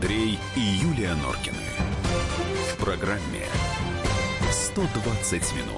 Андрей и Юлия Норкины. В программе 120 минут.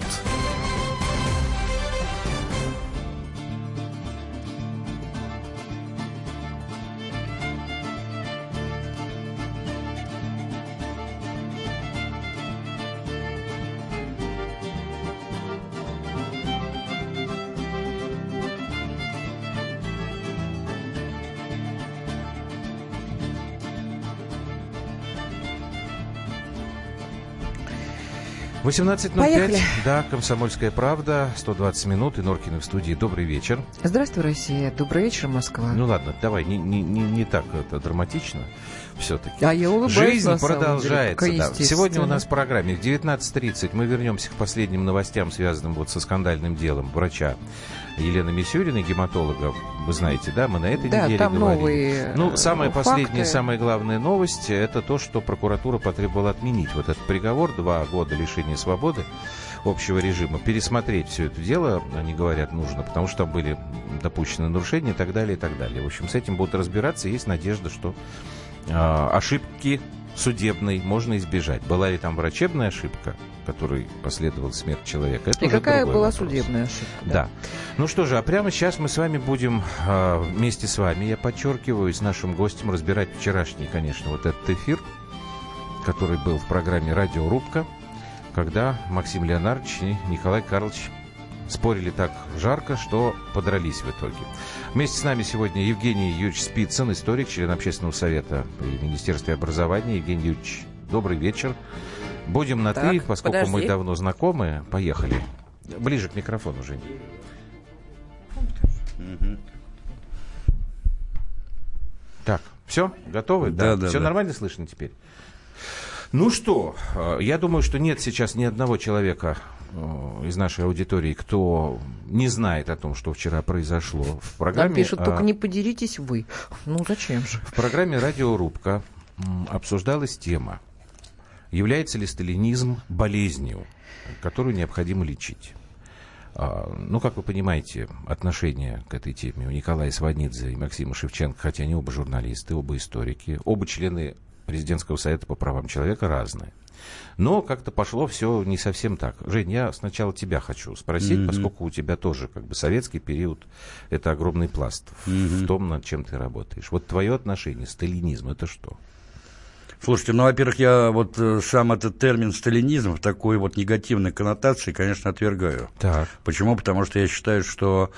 — 18:05, да, «Комсомольская правда», 120 минут, и Норкины в студии. Добрый вечер. Здравствуй, Россия. Добрый вечер, Москва. Ну ладно, давай, не так это драматично все-таки. А я улыбаюсь, жизнь продолжается. Деле, да. Сегодня у нас в программе в 19:30 мы вернемся к последним новостям, связанным вот со скандальным делом врача Елены Мисюриной, гематолога. Вы знаете, да, мы на этой неделе там говорили. Новые самая факты. Последняя, самая главная новость — это то, что прокуратура потребовала отменить вот этот приговор, 2 года лишения свободы общего режима, пересмотреть все это дело, они говорят, нужно, потому что там были допущены нарушения и так далее, и так далее. В общем, с этим будут разбираться, и есть надежда, что ошибки судебной можно избежать. Была ли там врачебная ошибка, которой последовала смерть человека? Это и уже какая была вопрос. Судебная ошибка? Да. Ну что же, а прямо сейчас мы с вами будем вместе с вами, я подчеркиваю, с нашим гостем разбирать вчерашний, конечно, вот этот эфир, который был в программе «Радиорубка», когда Максим Леонардович и Николай Карлович спорили так жарко, что подрались в итоге. Вместе с нами сегодня Евгений Юрьевич Спицын, историк, член общественного совета при Министерстве образования. Евгений Юрьевич, добрый вечер. Будем на «ты», поскольку мы давно знакомы. Поехали. Ближе к микрофону, Жень. Так, все? Готовы? Да. Все нормально слышно теперь? Ну что, я думаю, что нет сейчас ни одного человека из нашей аудитории, кто не знает о том, что вчера произошло. В программе, Нам пишут, только не подеритесь вы. Ну, зачем же? В программе «Радиорубка» обсуждалась тема, является ли сталинизм болезнью, которую необходимо лечить. Ну, как вы понимаете, отношение к этой теме у Николая Сванидзе и Максима Шевченко, хотя они оба журналисты, оба историки, оба члены Президентского совета по правам человека, разные. Но как-то пошло все не совсем так. Жень, я сначала тебя хочу спросить, поскольку у тебя тоже как бы советский период, это огромный пласт в том, над чем ты работаешь. Вот твое отношение, сталинизм, это что? Слушайте, ну, во-первых, я вот сам этот термин сталинизм в такой вот негативной коннотации, конечно, отвергаю. Так. Почему? Потому что я считаю, что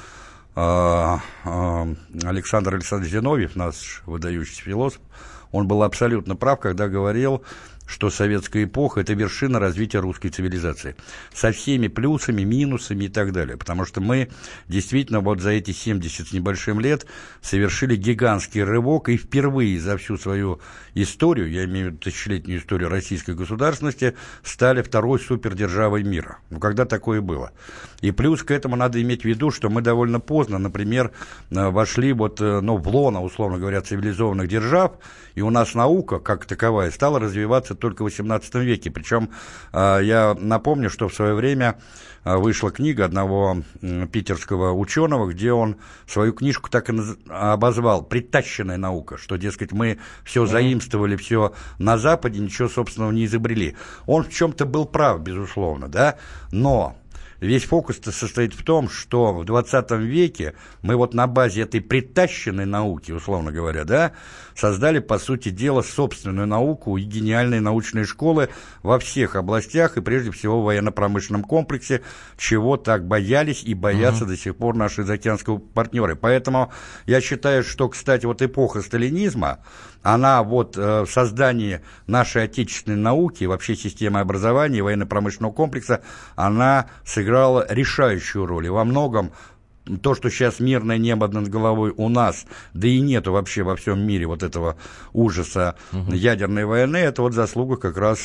Александр Александрович Зиновьев, наш выдающийся философ, он был абсолютно прав, когда говорил, что советская эпоха – это вершина развития русской цивилизации. Со всеми плюсами, минусами и так далее. Потому что мы действительно вот за эти 70 с небольшим лет совершили гигантский рывок, и впервые за всю свою историю, я имею в виду тысячелетнюю историю российской государственности, стали второй супердержавой мира. Ну, когда такое было? И плюс к этому надо иметь в виду, что мы довольно поздно, например, вошли вот, в лоно, условно говоря, цивилизованных держав, и у нас наука, как таковая, стала развиваться только в XVIII веке. Причем я напомню, что в свое время вышла книга одного питерского ученого, где он свою книжку так и обозвал «Притащенная наука», что, дескать, мы все заимствовали, все на Западе, ничего собственного не изобрели. Он в чем-то был прав, безусловно, да, но весь фокус-то состоит в том, что в 20 веке мы вот на базе этой притащенной науки, условно говоря, да, создали, по сути дела, собственную науку и гениальные научные школы во всех областях, и прежде всего в военно-промышленном комплексе, чего так боялись и боятся до сих пор наши заокеанские партнеры. Поэтому я считаю, что, кстати, вот эпоха сталинизма, она вот в создании нашей отечественной науки, вообще системы образования и военно-промышленного комплекса, она сыграла решающую роль. И во многом то, что сейчас мирное небо над головой у нас, да и нету вообще во всем мире вот этого ужаса ядерной войны, это вот заслуга как раз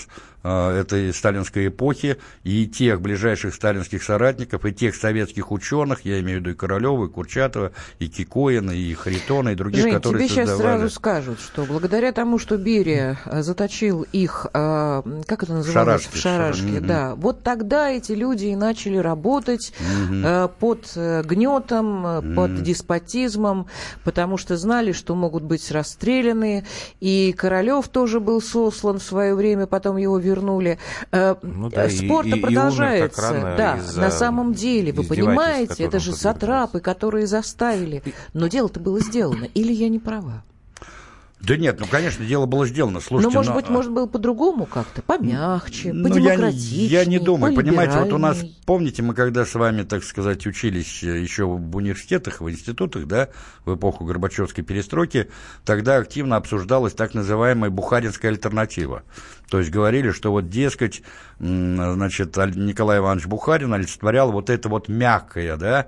этой сталинской эпохи, и тех ближайших сталинских соратников, и тех советских ученых, я имею в виду и Королева, и Курчатова, и Кикоина, и Харитона, и других, Жень, которые тебе создавали... сейчас сразу скажут, что благодаря тому, что Берия заточил их, как это называлось? В Шарашке, да. Вот тогда эти люди и начали работать под гнетом, под деспотизмом, потому что знали, что могут быть расстреляны, и Королев тоже был сослан в свое время, потом его вернули. Спор-то продолжается. Да, на самом деле, вы понимаете, это же сатрапы, которые заставили. Но дело-то было сделано. Или я не права? Да нет, ну, конечно, дело было сделано. Слушайте, может быть, может было по-другому как-то, помягче, подемократичнее, я не думаю, понимаете, вот у нас, помните, мы когда с вами, так сказать, учились еще в университетах, в институтах, да, в эпоху Горбачевской перестройки, тогда активно обсуждалась так называемая бухаринская альтернатива. То есть говорили, что вот, дескать, значит, Николай Иванович Бухарин олицетворял вот это вот мягкое, да,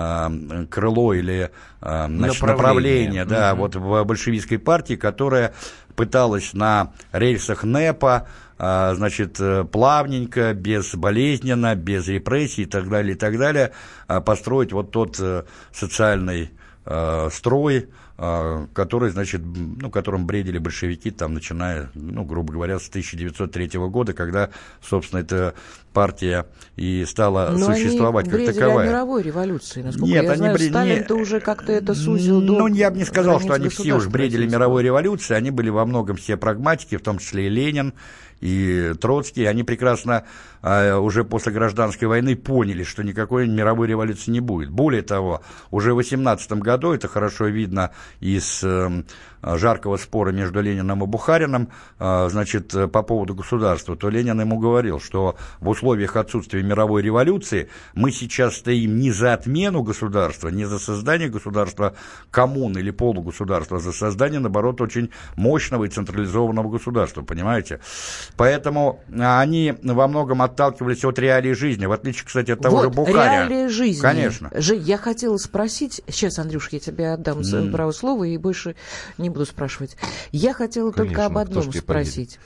крыло или направление, да, вот в большевистской партии, которая пыталась на рельсах НЭПа, значит, плавненько, безболезненно, без репрессий и так далее, построить вот тот социальный строй, который, значит, ну, которым бредили большевики, там, начиная, ну, грубо говоря, с 1903 года, когда, собственно, эта партия и стала существовать как таковая. Но они бредили о мировой революции, насколько я знаю, Сталин-то уже как-то это сузил до... Ну, я бы не сказал, что они все уж бредили мировой революцией, они были во многом все прагматики, в том числе и Ленин, и Троцкий, они прекрасно уже после гражданской войны поняли, что никакой мировой революции не будет. Более того, уже в 18 году, это хорошо видно из жаркого спора между Лениным и Бухариным, значит, по поводу государства, то Ленин ему говорил, что в условиях отсутствия мировой революции мы сейчас стоим не за отмену государства, не за создание государства коммун или полугосударства, а за создание, наоборот, очень мощного и централизованного государства, понимаете? Поэтому они во многом отталкивались от реалий жизни, в отличие, кстати, от того же Бухарина. Реалии жизни. Конечно. Жень, я хотела спросить, сейчас, Андрюш, я тебе отдам право слова и больше не буду спрашивать. Я хотела только об одном спросить.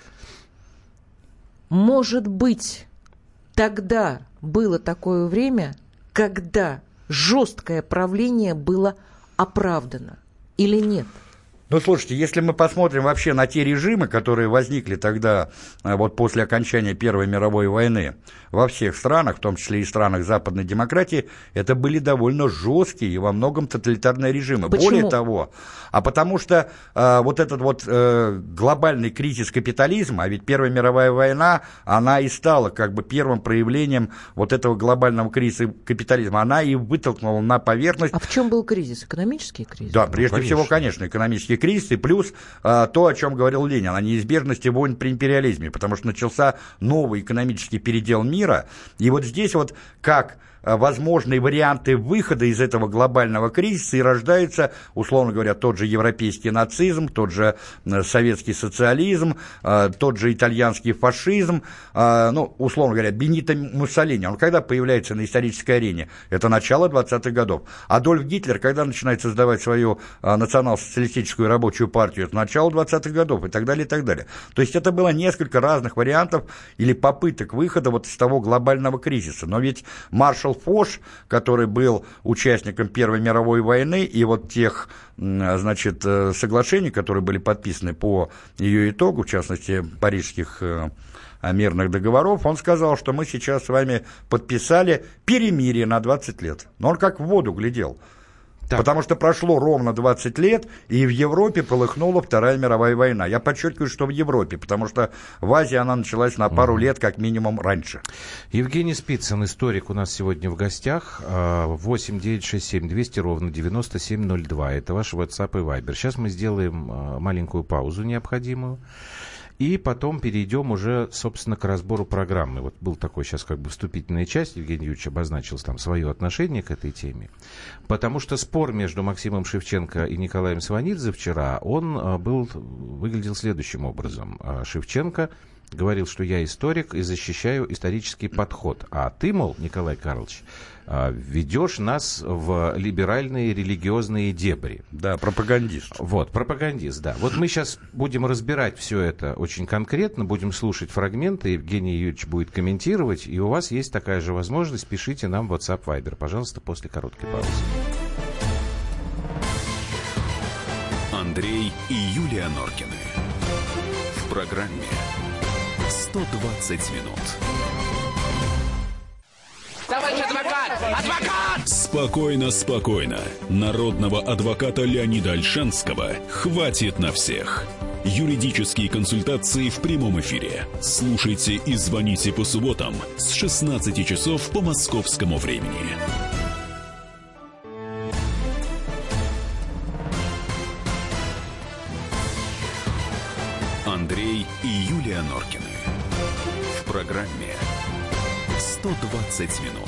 Может быть, тогда было такое время, когда жесткое правление было оправдано или нет? Ну, слушайте, если мы посмотрим вообще на те режимы, которые возникли тогда, вот после окончания Первой мировой войны, во всех странах, в том числе и странах западной демократии, это были довольно жесткие и во многом тоталитарные режимы. Почему? Более того, потому что вот этот вот глобальный кризис капитализма, а ведь Первая мировая война, она и стала как бы первым проявлением вот этого глобального кризиса капитализма, она и вытолкнула на поверхность... А в чем был кризис? Экономический кризис? Да, прежде всего, конечно, экономический кризис, и плюс то, о чем говорил Ленин, о неизбежности войн при империализме, потому что начался новый экономический передел мира, и вот здесь вот как возможные варианты выхода из этого глобального кризиса и рождается, условно говоря, тот же европейский нацизм, тот же советский социализм, тот же итальянский фашизм, ну, условно говоря, Бенито Муссолини. Он когда появляется на исторической арене? Это начало 20-х годов. Адольф Гитлер, когда начинает создавать свою национал-социалистическую рабочую партию? Это начало 20-х годов и так далее, и так далее. То есть это было несколько разных вариантов или попыток выхода вот из того глобального кризиса. Но ведь маршал Фош, который был участником Первой мировой войны, и вот тех, значит, соглашений, которые были подписаны по ее итогу, в частности, парижских мирных договоров, он сказал, что мы сейчас с вами подписали перемирие на 20 лет. Но он как в воду глядел. Так. Потому что прошло ровно 20 лет, и в Европе полыхнула Вторая мировая война. Я подчеркиваю, что в Европе, потому что в Азии она началась на пару лет, как минимум, раньше. Евгений Спицын, историк, у нас сегодня в гостях. 8 967 200 ровно 9702. Это ваш WhatsApp и Viber. Сейчас мы сделаем маленькую паузу необходимую. И потом перейдем уже, собственно, к разбору программы. Вот был такой сейчас как бы вступительная часть. Евгений Юрьевич обозначил там свое отношение к этой теме. Потому что спор между Максимом Шевченко и Николаем Сванидзе вчера, он выглядел следующим образом. Шевченко говорил, что я историк и защищаю исторический подход. А ты, мол, Николай Карлович, ведешь нас в либеральные религиозные дебри. Да, пропагандист. Вот, пропагандист, да. Вот мы сейчас будем разбирать все это очень конкретно, будем слушать фрагменты, Евгений Юрьевич будет комментировать, и у вас есть такая же возможность, пишите нам в WhatsApp Viber, пожалуйста, после короткой паузы. Андрей и Юлия Норкины. В программе «120 минут». Товарищ адвокат! Адвокат! Спокойно, спокойно. Народного адвоката Леонида Ольшанского хватит на всех. Юридические консультации в прямом эфире. Слушайте и звоните по субботам с 16 часов по московскому времени. Андрей и Юлия Норкины. В программе «120 минут».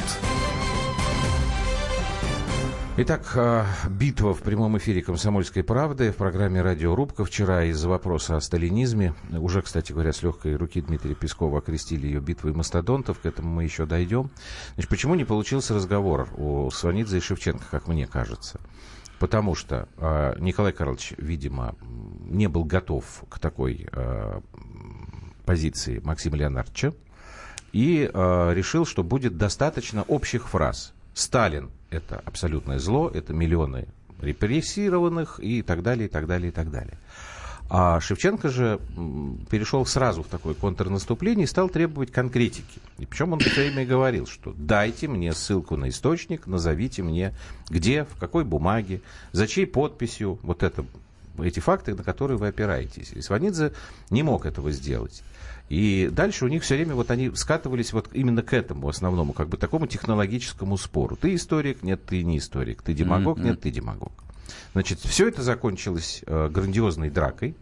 Итак, битва в прямом эфире «Комсомольской правды» в программе «Радиорубка». Вчера из-за вопроса о сталинизме, уже, кстати говоря, с легкой руки Дмитрия Пескова окрестили ее битвой мастодонтов, к этому мы еще дойдем. Значит, почему не получился разговор у Сванидзе и Шевченко, как мне кажется? Потому что Николай Карлович, видимо, не был готов к такой позиции Максима Леонардовича и решил, что будет достаточно общих фраз. Сталин — это абсолютное зло, это миллионы репрессированных и так далее, и так далее, и так далее. А Шевченко же перешел сразу в такое контрнаступление и стал требовать конкретики. И причем он все время говорил, что дайте мне ссылку на источник, назовите мне, где, в какой бумаге, за чьей подписью, вот это, эти факты, на которые вы опираетесь. И Сванидзе не мог этого сделать. И дальше у них все время вот они скатывались вот именно к этому основному, как бы такому технологическому спору. Ты историк, нет, ты не историк. Ты демагог, нет, ты демагог. Значит, все это закончилось грандиозной дракой,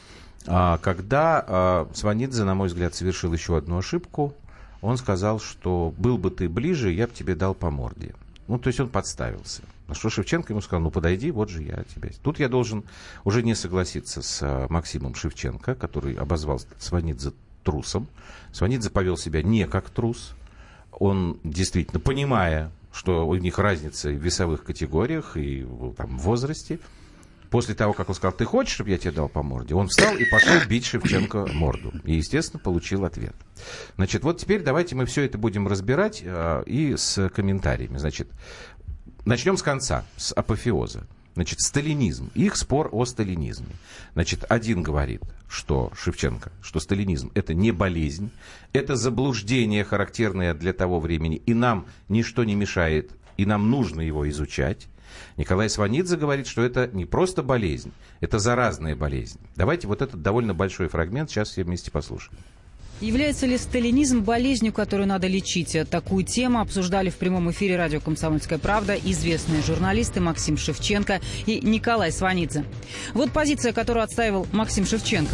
когда Сванидзе, на мой взгляд, совершил еще одну ошибку. Он сказал, что был бы ты ближе, я бы тебе дал по морде. Ну, то есть он подставился. На что Шевченко ему сказал, ну, подойди, вот же я тебя. Тут я должен уже не согласиться с Максимом Шевченко, который обозвал Сванидзе трусом. Сванидзе повел себя не как трус. Он действительно, понимая, что у них разница в весовых категориях и там, в возрасте, после того, как он сказал, ты хочешь, чтобы я тебе дал по морде, он встал и пошел бить Шевченко морду. И, естественно, получил ответ. Значит, вот теперь давайте мы все это будем разбирать и с комментариями. Значит, начнем с конца, с апофеоза. Значит, сталинизм, их спор о сталинизме. Значит, один говорит, что Шевченко, что сталинизм это не болезнь, это заблуждение, характерное для того времени, и нам ничто не мешает, и нам нужно его изучать. Николай Сванидзе говорит, что это не просто болезнь, это заразная болезнь. Давайте вот этот довольно большой фрагмент сейчас все вместе послушаем. Является ли сталинизм болезнью, которую надо лечить? Такую тему обсуждали в прямом эфире радио «Комсомольская правда» известные журналисты Максим Шевченко и Николай Сванидзе. Вот позиция, которую отстаивал Максим Шевченко.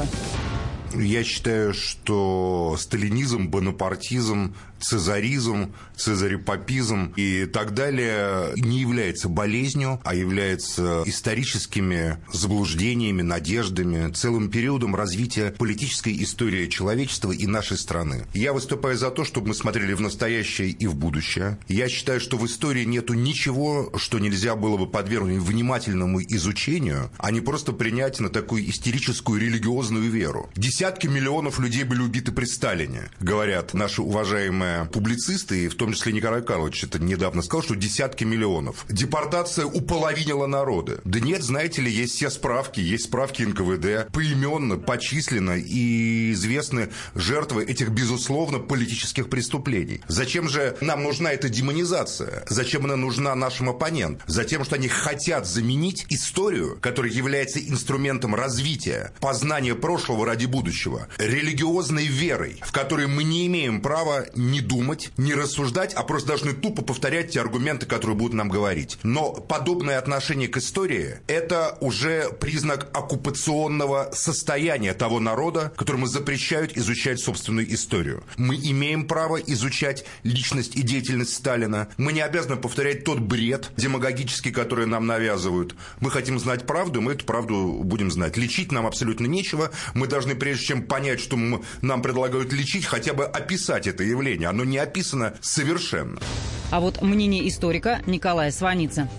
Я считаю, что сталинизм, бонапартизм, цезаризм, цезарепапизм и так далее не является болезнью, а является историческими заблуждениями, надеждами, целым периодом развития политической истории человечества и нашей страны. Я выступаю за то, чтобы мы смотрели в настоящее и в будущее. Я считаю, что в истории нету ничего, что нельзя было бы подвергнуть внимательному изучению, а не просто принять на такую истерическую религиозную веру. Десятки миллионов людей были убиты при Сталине, говорят наши уважаемые публицисты, и в том числе Николай Карлович это недавно сказал, что десятки миллионов. Депортация уполовинила народы. Да нет, знаете ли, есть все справки, есть справки НКВД, поименно, почисленно и известны жертвы этих, безусловно, политических преступлений. Зачем же нам нужна эта демонизация? Зачем она нужна нашим оппонентам? Затем, что они хотят заменить историю, которая является инструментом развития, познания прошлого ради будущего, религиозной верой, в которой мы не имеем права ни не думать, не рассуждать, а просто должны тупо повторять те аргументы, которые будут нам говорить. Но подобное отношение к истории – это уже признак оккупационного состояния того народа, которому запрещают изучать собственную историю. Мы имеем право изучать личность и деятельность Сталина. Мы не обязаны повторять тот бред демагогический, который нам навязывают. Мы хотим знать правду, мы эту правду будем знать. Лечить нам абсолютно нечего. Мы должны, прежде чем понять, что нам предлагают лечить, хотя бы описать это явление. Оно не описано совершенно. А вот мнение историка Николая Сванидзе.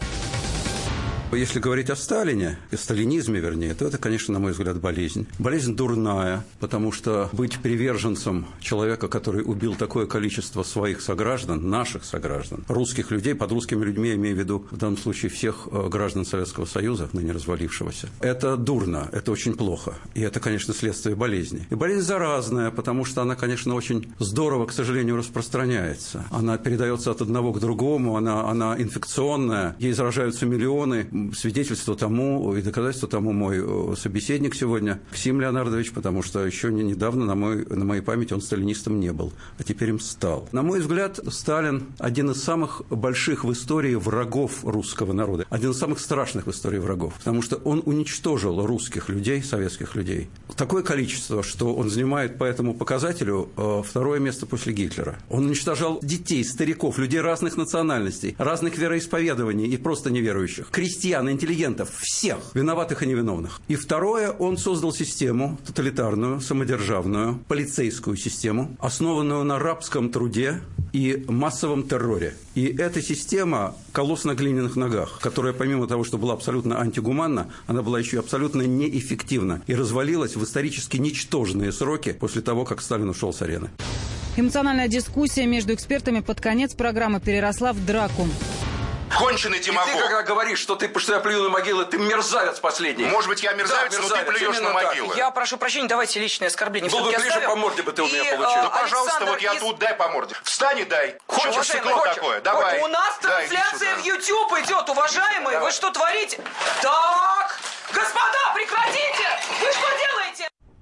Если говорить о Сталине, о сталинизме, вернее, то это, конечно, на мой взгляд, болезнь. Болезнь дурная, потому что быть приверженцем человека, который убил такое количество своих сограждан, наших сограждан, русских людей, под русскими людьми я имею в виду в данном случае всех граждан Советского Союза, ныне развалившегося, это дурно, это очень плохо. И это, конечно, следствие болезни. И болезнь заразная, потому что она, конечно, очень здорово, к сожалению, распространяется. Она передается от одного к другому, она инфекционная, ей заражаются миллионы. Свидетельство тому и доказательство тому мой собеседник сегодня, Ксим Леонардович, потому что еще недавно на моей памяти он сталинистом не был, а теперь им стал. На мой взгляд, Сталин один из самых больших в истории врагов русского народа, один из самых страшных в истории врагов, потому что он уничтожил русских людей, советских людей. Такое количество, что он занимает по этому показателю второе место после Гитлера. Он уничтожал детей, стариков, людей разных национальностей, разных вероисповеданий и просто неверующих, крестьян, интеллигентов, всех, виноватых и невиновных. И второе, он создал систему тоталитарную, самодержавную, полицейскую систему, основанную на рабском труде и массовом терроре. И эта система колосс на глиняных ногах, которая помимо того, что была абсолютно антигуманна, она была еще и абсолютно неэффективна и развалилась в исторически ничтожные сроки после того, как Сталин ушел с арены. Эмоциональная дискуссия между экспертами под конец программы переросла в драку. Конченый демагог. И ты, когда говоришь, что я плюю на могилы, ты мерзавец последний. Может быть, я мерзавец, да, но ты плюешь на могилы. Я прошу прощения, давайте личное оскорбление. Был бы ближе по морде бы ты у меня получил. Ну, пожалуйста, вот я тут дай по морде. Встань и дай. Хочешь стекло такое? Давай. У нас трансляция в YouTube идет, уважаемые. Вы что творите? Так, господа, прекратите! Вы что делаете?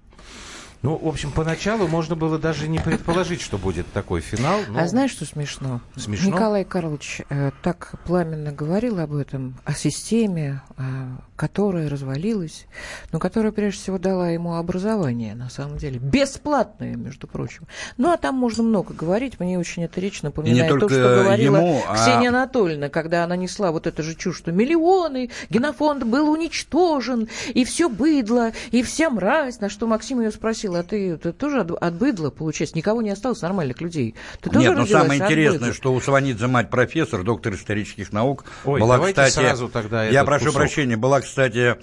Ну, в общем, поначалу можно было даже не предположить, что будет такой финал. Но... А знаешь, что смешно? Смешно? Николай Карлович так пламенно говорил об этом, о системе, которая развалилась, но которая, прежде всего, дала ему образование, на самом деле. Бесплатное, между прочим. Ну, а там можно много говорить. Мне очень эта речь напоминает то, что говорила Ксения Анатольевна, когда она несла вот эту же чушь, что миллионы, генофонд был уничтожен, и все быдло, и вся мразь. На что Максим ее спросил: а ты тоже от быдла, получается? Никого не осталось нормальных людей. Ты тоже Нет, но самое интересное, быдла? что у Сванидзе мать профессор, доктор исторических наук. Ой, была, давайте кстати, сразу тогда я прошу кусок. прощения, была, кстати,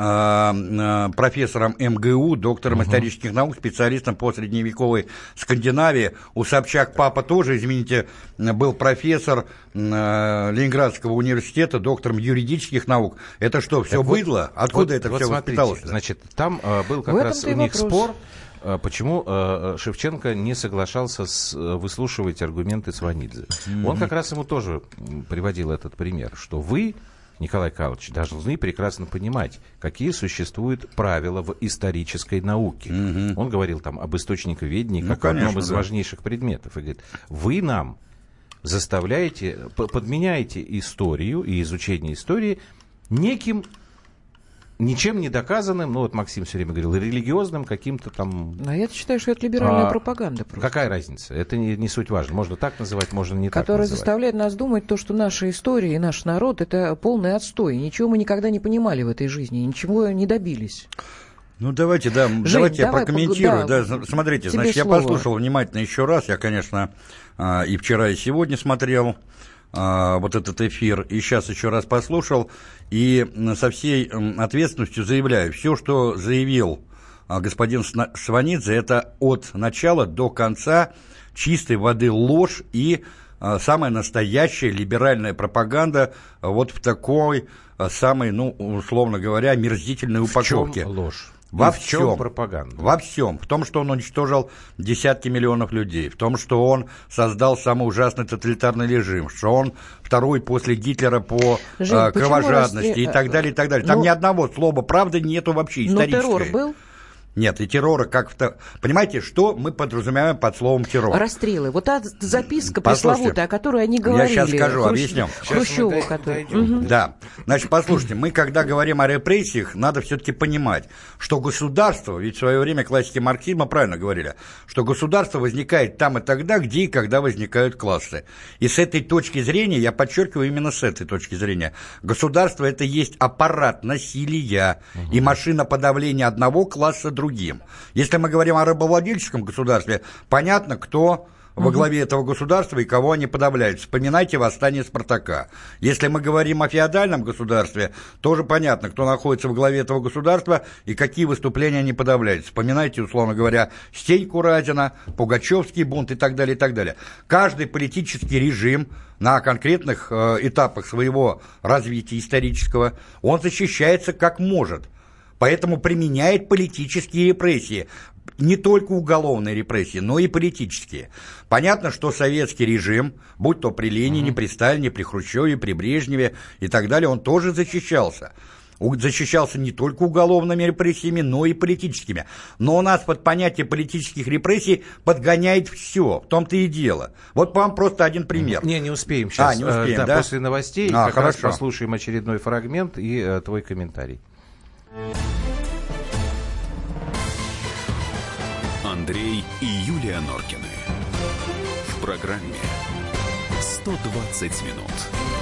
профессором МГУ, доктором исторических наук, специалистом по средневековой Скандинавии. У Собчак папа тоже, извините, был профессор Ленинградского университета, доктором юридических наук. Это что, все быдло? Откуда это все воспиталось? Значит, там был как раз у них спор, почему Шевченко не соглашался выслушивать аргументы Сванидзе. Он как раз ему тоже приводил этот пример, что вы, Николай Карлович, должны прекрасно понимать, какие существуют правила в исторической науке. Он говорил там об источниковедении как одном из важнейших предметов. И говорит, вы нам заставляете, подменяете историю и изучение истории неким ничем не доказанным, ну вот Максим все время говорил, религиозным каким-то там... А я считаю, что это либеральная пропаганда просто. Какая разница? Это не суть важно. Можно так называть, можно не так называть. Которая заставляет нас думать то, что наша история и наш народ — это полный отстой. Ничего мы никогда не понимали в этой жизни, ничего не добились. Ну, давайте, да, Жень, давайте я давай, прокомментирую. да, смотрите, значит, я послушал внимательно еще раз. Я, конечно, и вчера, и сегодня смотрел вот этот эфир, и сейчас еще раз послушал, и со всей ответственностью заявляю, все, что заявил господин Сванидзе, это от начала до конца чистой воды ложь и самая настоящая либеральная пропаганда вот в такой самой, ну, условно говоря, мерзительной упаковке. В чем ложь? Во всем. Пропаганда? Во всем. В том, что он уничтожил десятки миллионов людей, в том, что он создал самый ужасный тоталитарный режим, что он второй после Гитлера по кровожадности и так далее, и так далее. Там ни одного слова правды нету вообще исторической. Но террор был? Нет, и террора как-то... Понимаете, что мы подразумеваем под словом террор? Расстрелы. Вот та записка пресловутая, о которой они говорили. Я сейчас скажу, объясню. Хрущеву, который... Да. Значит, послушайте, мы, когда говорим о репрессиях, надо все-таки понимать, что государство, ведь в свое время классики марксизма правильно говорили, что государство возникает там и тогда, где и когда возникают классы. И с этой точки зрения, я подчеркиваю именно с этой точки зрения, государство – это есть аппарат насилия и машина подавления одного класса другим. Если мы говорим о рабовладельческом государстве, понятно, кто во главе этого государства и кого они подавляют. Вспоминайте восстание Спартака. Если мы говорим о феодальном государстве, тоже понятно, кто находится во главе этого государства и какие выступления они подавляют. Вспоминайте, условно говоря, Стеньку Разина, Пугачевский бунт и так далее, и так далее. Каждый политический режим на конкретных этапах своего развития исторического, он защищается как может. Поэтому применяет политические репрессии. Не только уголовные репрессии, но и политические. Понятно, что советский режим, будь то при Ленине, при Сталине, при Хрущеве, при Брежневе и так далее, он тоже защищался. Защищался не только уголовными репрессиями, но и политическими. Но у нас под понятие политических репрессий подгоняет все. В том-то и дело. Вот вам просто один пример. Не успеем сейчас. Не успеем, да? После новостей как раз хорошо. послушаем очередной фрагмент и твой комментарий. Андрей и Юлия Норкины. В программе 120 минут.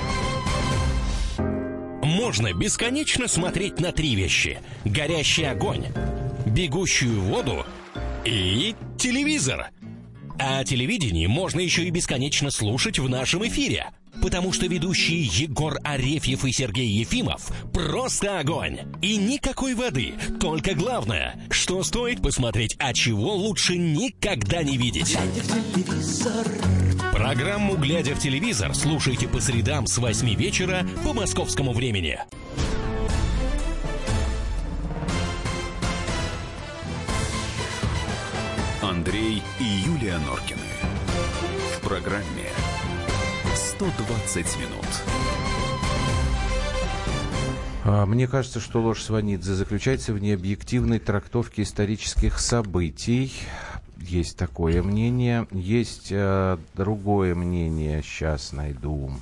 Можно бесконечно смотреть на три вещи: горящий огонь, бегущую воду и телевизор. А о телевидении можно еще и бесконечно слушать в нашем эфире. Потому что ведущие Егор Арефьев и Сергей Ефимов просто огонь. И никакой воды. Только главное, что стоит посмотреть, а чего лучше никогда не видеть. Глядя в телевизор. Программу «Глядя в телевизор» слушайте по средам с 8 вечера по московскому времени. Андрей и Юлия Норкины. В программе 120 минут. Мне кажется, что ложь Сванидзе заключается в необъективной трактовке исторических событий. Есть такое мнение. Есть другое мнение. Сейчас найду.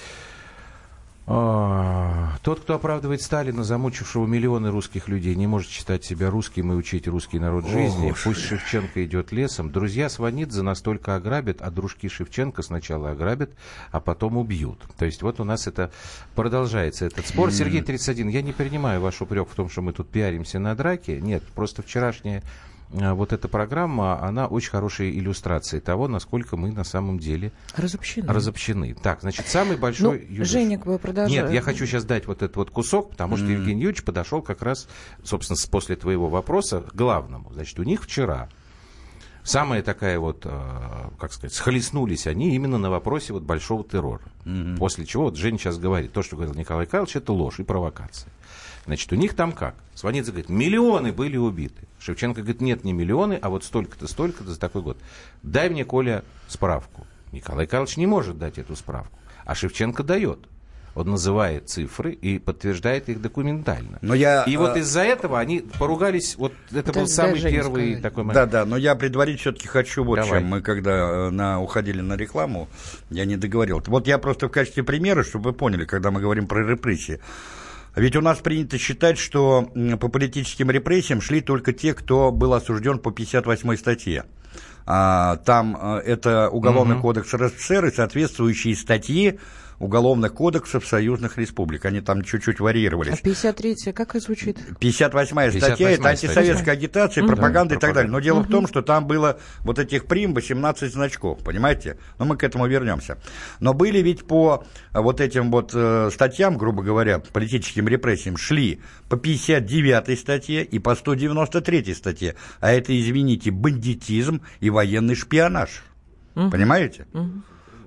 Тот, кто оправдывает Сталина, замучившего миллионы русских людей, не может считать себя русским и учить русский народ жизни. Пусть Шевченко идет лесом. Друзья Сванидзе настолько ограбят, а дружки Шевченко сначала ограбят, а потом убьют. То есть вот у нас это продолжается, этот спор. Сергей 31, я не принимаю ваш упрек в том, что мы тут пиаримся на драке. Нет, просто вчерашняя вот эта программа, она очень хорошая иллюстрация того, насколько мы на самом деле разобщены. Так, значит, самый большой... Женя, продолжай. Нет, я хочу сейчас дать вот этот вот кусок, потому что Евгений Юрьевич подошел как раз, собственно, после твоего вопроса к главному. Значит, у них вчера самая такая вот, как сказать, схлестнулись они именно на вопросе вот большого террора. После чего вот Женя сейчас говорит, то, что говорил Николай Карлович, это ложь и провокация. Значит, у них там как? Сванидзе говорит, миллионы были убиты. Шевченко говорит, нет, не миллионы, а вот столько-то, столько-то за такой год. Дай мне, Коля, справку. Николай Карлович не может дать эту справку, а Шевченко дает. Он называет цифры и подтверждает их документально. И вот из-за этого они поругались. Вот это был самый первый такой момент. Да, но я предварить все-таки хочу вот чем. Мы когда уходили на рекламу, я не договорил. Вот я просто в качестве примера, чтобы вы поняли, когда мы говорим про репрессии. Ведь у нас принято считать, что по политическим репрессиям шли только те, кто был осужден по 58-й статье. Там это Уголовный кодекс РСФСР и соответствующие статьи уголовных кодексов союзных республик. Они там чуть-чуть варьировались. А 53-я, как и звучит? 58-я статья, это антисоветская агитация, пропаганда и так далее. Но дело в том, что там было вот этих прим 18 значков, понимаете? Но мы к этому вернемся. Но были ведь по вот этим вот статьям, грубо говоря, политическим репрессиям, шли по 59-й статье и по 193-й статье. А это, извините, бандитизм и военный шпионаж. Понимаете?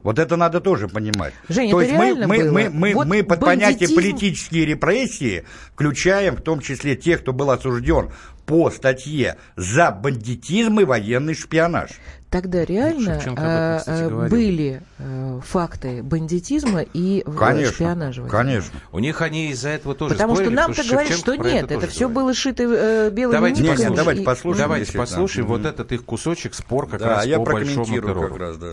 Вот это надо тоже понимать. Жень, то это есть реально мы под понятие политические репрессии включаем в том числе тех, кто был осужден по статье за бандитизм и военный шпионаж. Тогда реально были факты бандитизма и шпионажа. Конечно. У них они из-за этого тоже потому спорили. Потому что нам-то говорят, что нет, это все было шито белыми нитками. Давайте послушаем. Давайте послушаем вот этот их кусочек, спор как раз по большому террору. Как раз, да.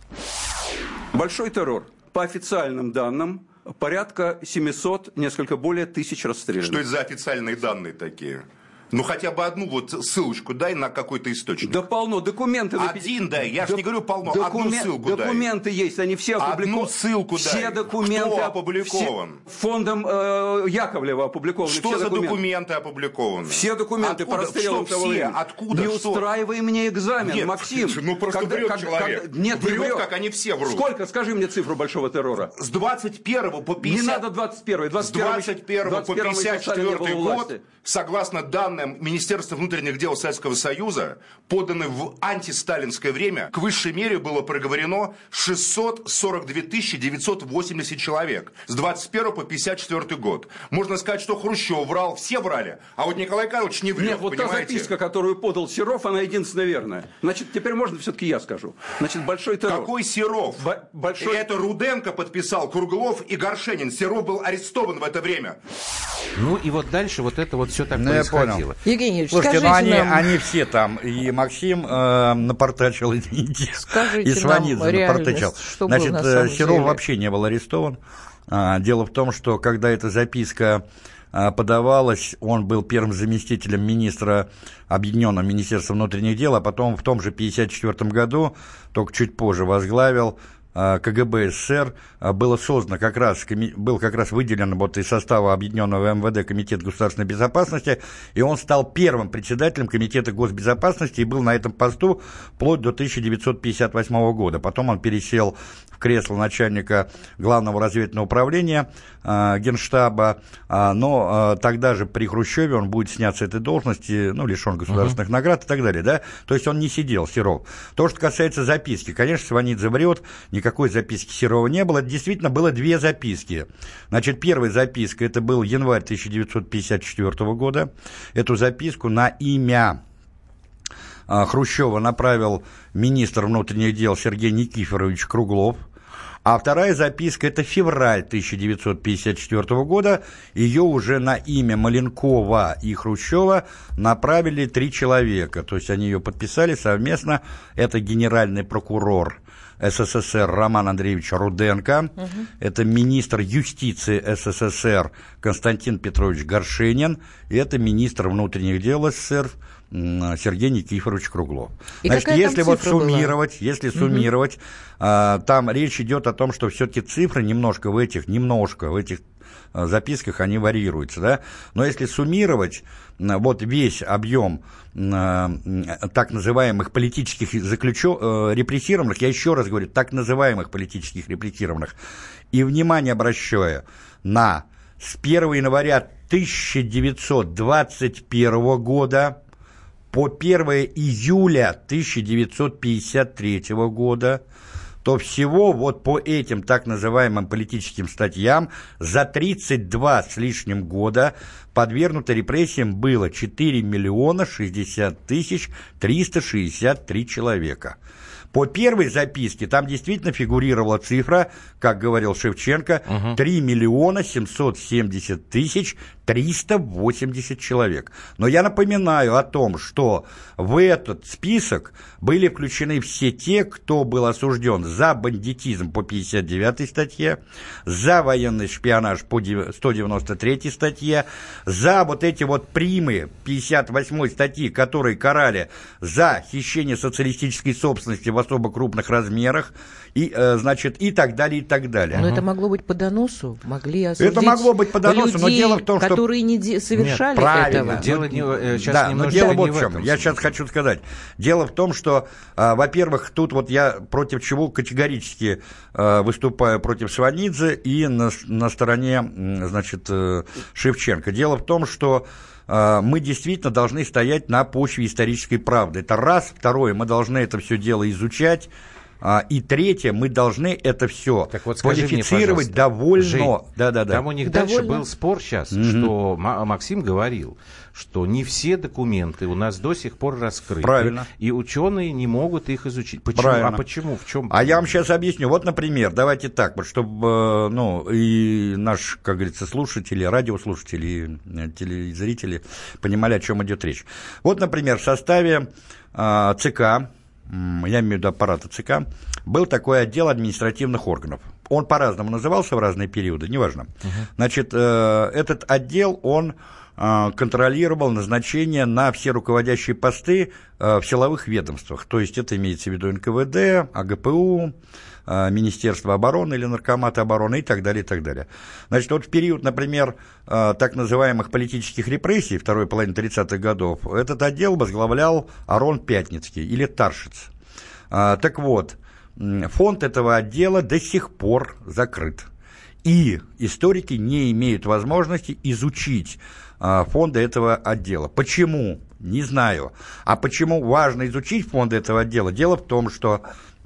Большой террор. По официальным данным, порядка 700, несколько более тысяч расстрелянных. Что это за официальные данные такие? Ну, хотя бы одну вот ссылочку дай на какой-то источник. Да полно, документы. Один дай, я же не говорю полно, одну ссылку дай. Документы есть, они все опубликованы. Одну ссылку дай. Все документы. Кто опубликован? Фондом Яковлева опубликованы. Что за документы опубликованы? Все документы по расстрелам того времени. Откуда? Не устраивай мне экзамен, нет, Максим. Ну, просто врет человек. Нет, врет, как они все врут. Сколько? Скажи мне цифру большого террора. С 21 по 50... Не надо 21. С 21 по 54 год, согласно данным Министерства внутренних дел Советского Союза, поданы в антисталинское время, к высшей мере было проговорено 642 980 человек. С 21 по 54 год. Можно сказать, что Хрущев врал, все врали, а вот Николай Карлович не врет. Нет, вот понимаете? Та записка, которую подал Серов, она единственная верная. Значит, теперь можно все-таки я скажу. Значит, большой террор. Какой Серов? Большой... Это Руденко подписал, Круглов и Горшенин. Серов был арестован в это время. Ну и вот дальше вот это вот все так происходило. Евгений Ильич, слушайте, скажите нам... они все там, и Максим напортачил, и Сванидзе напортачил. Значит, Серов вообще не был арестован. Дело в том, что когда эта записка подавалась, он был первым заместителем министра Объединенного Министерства внутренних дел, а потом в том же 1954 году, только чуть позже, возглавил КГБ СССР. Было создано был как раз выделен вот из состава Объединенного МВД Комитет государственной безопасности, и он стал первым председателем Комитета госбезопасности и был на этом посту вплоть до 1958 года. Потом он пересел в кресло начальника Главного разведывательного управления Генштаба, но тогда же при Хрущеве он будет снят с этой должности, ну, лишен государственных наград и так далее, да, то есть он не сидел, Серов. То, что касается записки, конечно, Сванидзе врет, никакой записки Серова не было, это действительно было две записки. Значит, первая записка, это был январь 1954 года, эту записку на имя Хрущева направил министр внутренних дел Сергей Никифорович Круглов. А вторая записка – это февраль 1954 года. Ее уже на имя Маленкова и Хрущева направили 3 человека. То есть они ее подписали совместно. Это генеральный прокурор СССР Роман Андреевич Руденко. Это министр юстиции СССР Константин Петрович Горшенин. И это министр внутренних дел СССР Сергей Никифорович Круглов. И значит, если вот суммировать, была? Там речь идет о том, что все-таки цифры немножко в этих записках они варьируются, да? Но если суммировать вот весь объем так называемых политических репрессированных, я еще раз говорю, так называемых политических репрессированных, и внимание обращаю на с 1 января 1921 года по 1 июля 1953 года, то всего вот по этим так называемым политическим статьям за 32 с лишним года подвергнуто репрессиям было 4 миллиона 60 тысяч 363 человека. По первой записке там действительно фигурировала цифра, как говорил Шевченко, 3 миллиона 770 тысяч 380 человек. Но я напоминаю о том, что в этот список были включены все те, кто был осужден за бандитизм по 59 статье, за военный шпионаж по 193 статье, за вот эти вот примы 58 статьи, которые карали за хищение социалистической собственности в особо крупных размерах, и, значит, и так далее, и так далее. Но это могло быть по доносу, могли осудить это могло быть по доносу, людей, но дело в том, что... которые не совершали этого. Дело но дело вот в чем. Я сейчас хочу сказать. Дело в том, что, во-первых, тут вот я против чего категорически выступаю против Сванидзе и на стороне, значит, Шевченко. Дело в том, что мы действительно должны стоять на почве исторической правды. Это раз. Второе, мы должны это все дело изучать, И третье, мы должны это все вот квалифицировать довольно. Жень, да. Там у них дальше был спор сейчас, что Максим говорил, что не все документы у нас до сих пор раскрыты. Правильно. И ученые не могут их изучить. Почему? Правильно. А почему? В чем? А я вам сейчас объясню. Вот, например, давайте так, вот, чтобы и наш, как говорится, слушатели, радиослушатели, телезрители понимали, о чем идет речь. Вот, например, в составе ЦК, я имею в виду аппарата ЦК, был такой отдел административных органов. Он по-разному назывался в разные периоды, неважно. Значит, этот отдел, он контролировал назначение на все руководящие посты в силовых ведомствах. То есть это имеется в виду НКВД, АГПУ, Министерство обороны или Наркомат обороны и так далее, и так далее. Значит, вот в период, например, так называемых политических репрессий, второй половины 30-х годов, этот отдел возглавлял Арон Пятницкий или Таршиц. Так вот, фонд этого отдела до сих пор закрыт. И историки не имеют возможности изучить фонды этого отдела. Почему? Не знаю. А почему важно изучить фонды этого отдела? Дело в том, что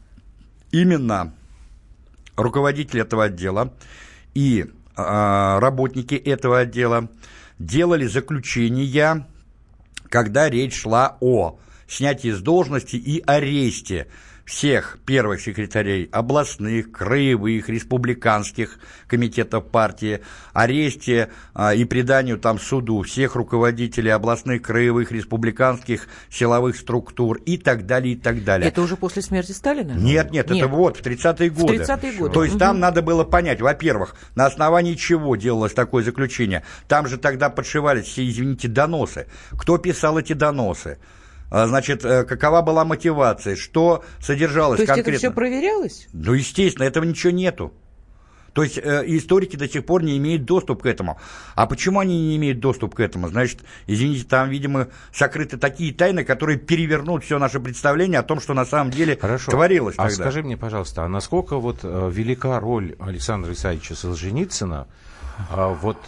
именно руководители этого отдела и работники этого отдела делали заключения, когда речь шла о снятии с должности и аресте всех первых секретарей областных, краевых, республиканских комитетов партии, аресте и преданию там суду всех руководителей областных, краевых, республиканских силовых структур и так далее, и так далее. Это уже после смерти Сталина? Нет, это вот в 30-е годы. В 30-е годы. То есть там надо было понять, во-первых, на основании чего делалось такое заключение. Там же тогда подшивались все, извините, доносы. Кто писал эти доносы? Значит, какова была мотивация, что содержалось конкретно. То есть это все проверялось? Ну, естественно, этого ничего нету. То есть историки до сих пор не имеют доступ к этому. А почему они не имеют доступ к этому? Значит, извините, там, видимо, сокрыты такие тайны, которые перевернут все наше представление о том, что на самом деле творилось тогда. А скажи мне, пожалуйста, а насколько вот велика роль Александра Исаевича Солженицына вот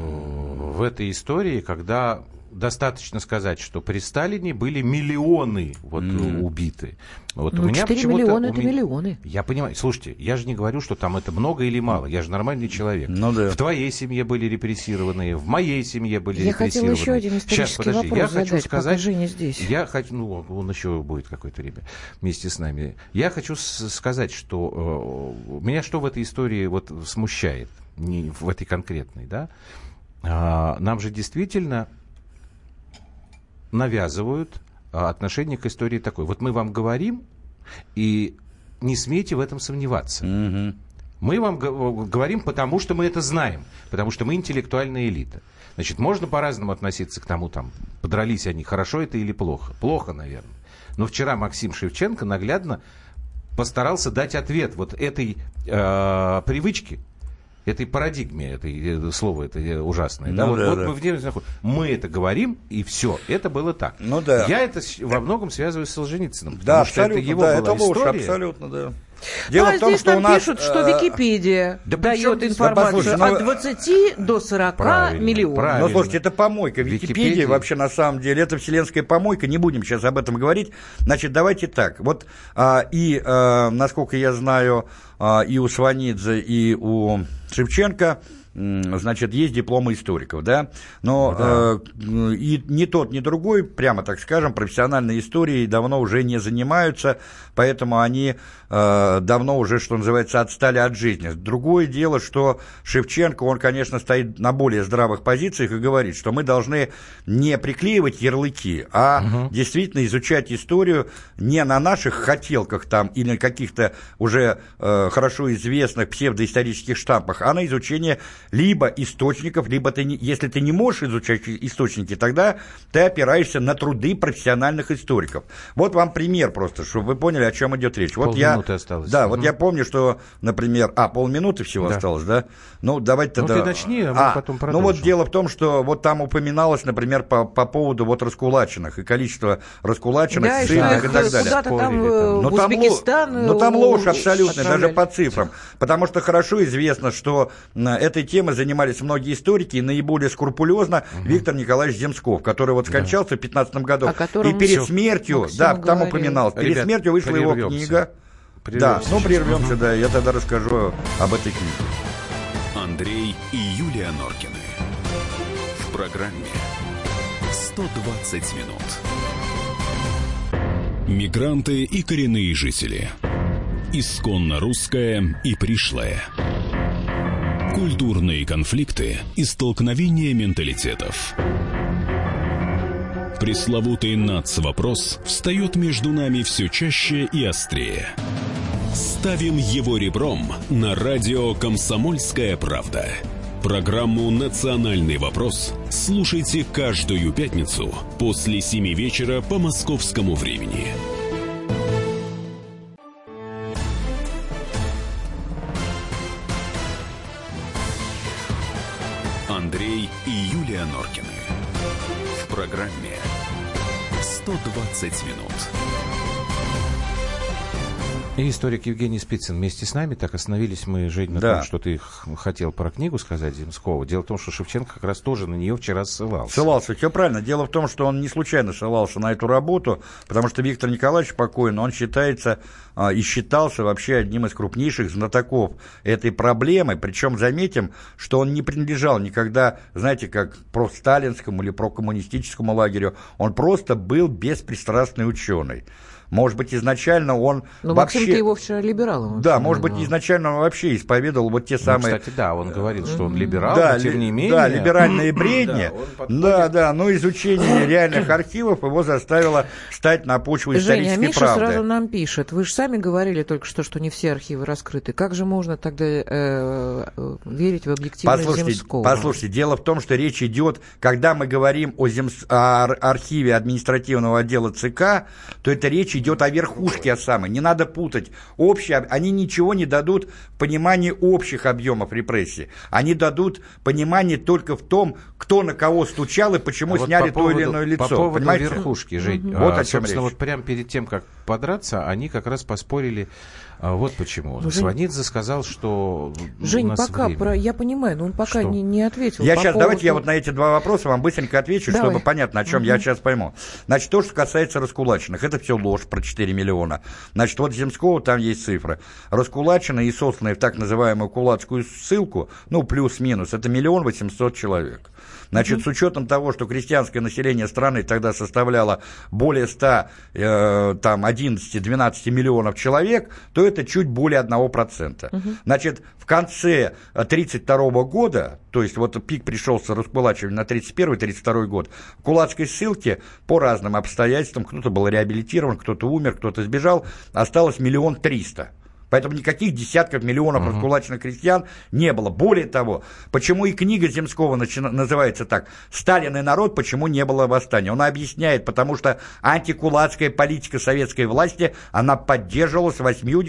в этой истории, когда... Достаточно сказать, что при Сталине были миллионы убиты. Вот у меня 4 миллиона – это миллионы. Я понимаю. Слушайте, я же не говорю, что там это много или мало. Я же нормальный человек. В твоей семье были репрессированные, в моей семье были репрессированные. Я хотела еще один исторический вопрос задать, пока Женя здесь. Я хочу, он еще будет какое-то время вместе с нами. Я хочу сказать, что меня что в этой истории вот смущает, не в этой конкретной, да? Нам же действительно навязывают отношение к истории такой. Вот мы вам говорим, и не смейте в этом сомневаться. Мы вам говорим, потому что мы это знаем, потому что мы интеллектуальная элита. Значит, можно по-разному относиться к тому, там, подрались они, хорошо это или плохо. Плохо, наверное. Но вчера Максим Шевченко наглядно постарался дать ответ вот этой привычке, этой парадигме, это слово это ужасное. Мы это говорим, и все. Это было так. Я это во многом связываю с Солженицыным. Да, абсолютно. Это его была история. Ложь, абсолютно, да. Дело в том, что у нас пишут, что Википедия дает информацию от 20 до 40 миллионов. Ну, слушайте, это помойка. Википедия вообще на самом деле, это вселенская помойка. Не будем сейчас об этом говорить. Значит, давайте так. Вот насколько я знаю, и у Сванидзе, и у Шевченко, значит, есть дипломы историков, да, но и ни тот, ни другой, прямо так скажем, профессиональной историей давно уже не занимаются, поэтому они давно уже, что называется, отстали от жизни. Другое дело, что Шевченко, он, конечно, стоит на более здравых позициях и говорит, что мы должны не приклеивать ярлыки, а действительно изучать историю не на наших хотелках там или на каких-то уже хорошо известных псевдоисторических штампах, а на изучение либо источников, либо если ты не можешь изучать источники, тогда ты опираешься на труды профессиональных историков. Вот вам пример просто, чтобы вы поняли, о чем идет речь. Вот полминуты осталось. Да, вот я помню, что, например... полминуты всего осталось, да? Ну, давайте тогда... Ну, ты начни, а мы потом продолжим. Ну, вот дело в том, что вот там упоминалось, например, по поводу вот раскулаченных и количества раскулаченных, ссыльных и так далее. Куда-то там в Узбекистан... Ну, там ложь абсолютная, даже по цифрам. Потому что хорошо известно, что этой темой занимались многие историки, и наиболее скрупулезно Виктор Николаевич Земсков, который вот скончался в 2015 году. И перед смертью, да, там упоминалось, перед смертью вышла его книга. Да, прервемся, да, я тогда расскажу об этой книге. Андрей и Юлия Норкины. В программе 120 минут. Мигранты и коренные жители. Исконно русское и пришлое. Культурные конфликты и столкновения менталитетов. Пресловутый НАЦ-вопрос встает между нами все чаще и острее. Ставим его ребром на радио «Комсомольская правда». Программу «Национальный вопрос» слушайте каждую пятницу после 7 вечера по московскому времени. Андрей и Юлия Норкины. В программе 120 минут. И историк Евгений Спицын вместе с нами. Так, остановились мы, Жень, на том, что ты хотел про книгу сказать Земского. Дело в том, что Шевченко как раз тоже на нее вчера ссылался. Ссылался, все правильно. Дело в том, что он не случайно ссылался на эту работу, потому что Виктор Николаевич покойный, он считается и считался вообще одним из крупнейших знатоков этой проблемы. Причем заметим, что он не принадлежал никогда, знаете, как просталинскому или прокоммунистическому лагерю. Он просто был беспристрастный ученый. Может быть, изначально он вообще... Максим, ты его вчера либералом. Да, может быть, изначально он вообще исповедовал вот те самые... Кстати, да, он говорил, что он либерал, но тем не менее... Да, либеральные бредни. Да, но изучение реальных архивов его заставило стать на почву исторической правды. Женя, Миша сразу нам пишет. Вы же сами говорили только что не все архивы раскрыты. Как же можно тогда верить в объективность Земского? Послушайте, дело в том, что речь идет, когда мы говорим о архиве административного отдела ЦК, то это речь идет о верхушке самой. Не надо путать. Они ничего не дадут в понимании общих объемов репрессий. Они дадут понимание только в том, кто на кого стучал и почему сняли то или иное лицо. По поводу верхушки, Жень. Вот о чем собственно, речь. Вот прямо перед тем, как подраться, они как раз поспорили. Вот почему. Сванидзе сказал, что Жень, я понимаю, но он пока не ответил. Давайте я вот на эти два вопроса вам быстренько отвечу, чтобы понятно, о чем я сейчас пойму. Значит, то, что касается раскулаченных, это все ложь про 4 миллиона. Значит, вот Земского там есть цифры. Раскулаченные и сосланные в так называемую кулацкую ссылку, плюс-минус, это 1 800 000 человек. Значит, с учетом того, что крестьянское население страны тогда составляло более 11-12 миллионов человек, то это чуть более 1%. Значит, в конце 1932 года, то есть вот пик пришелся раскулачивание на 1931-1932 год, в кулацкой ссылке по разным обстоятельствам, кто-то был реабилитирован, кто-то умер, кто-то сбежал, осталось 1 300 000. Поэтому никаких десятков миллионов раскулаченных крестьян не было. Более того, почему и книга Земского называется так «Сталин и народ. Почему не было восстания». Он объясняет, потому что антикулацкая политика советской власти, она поддерживалась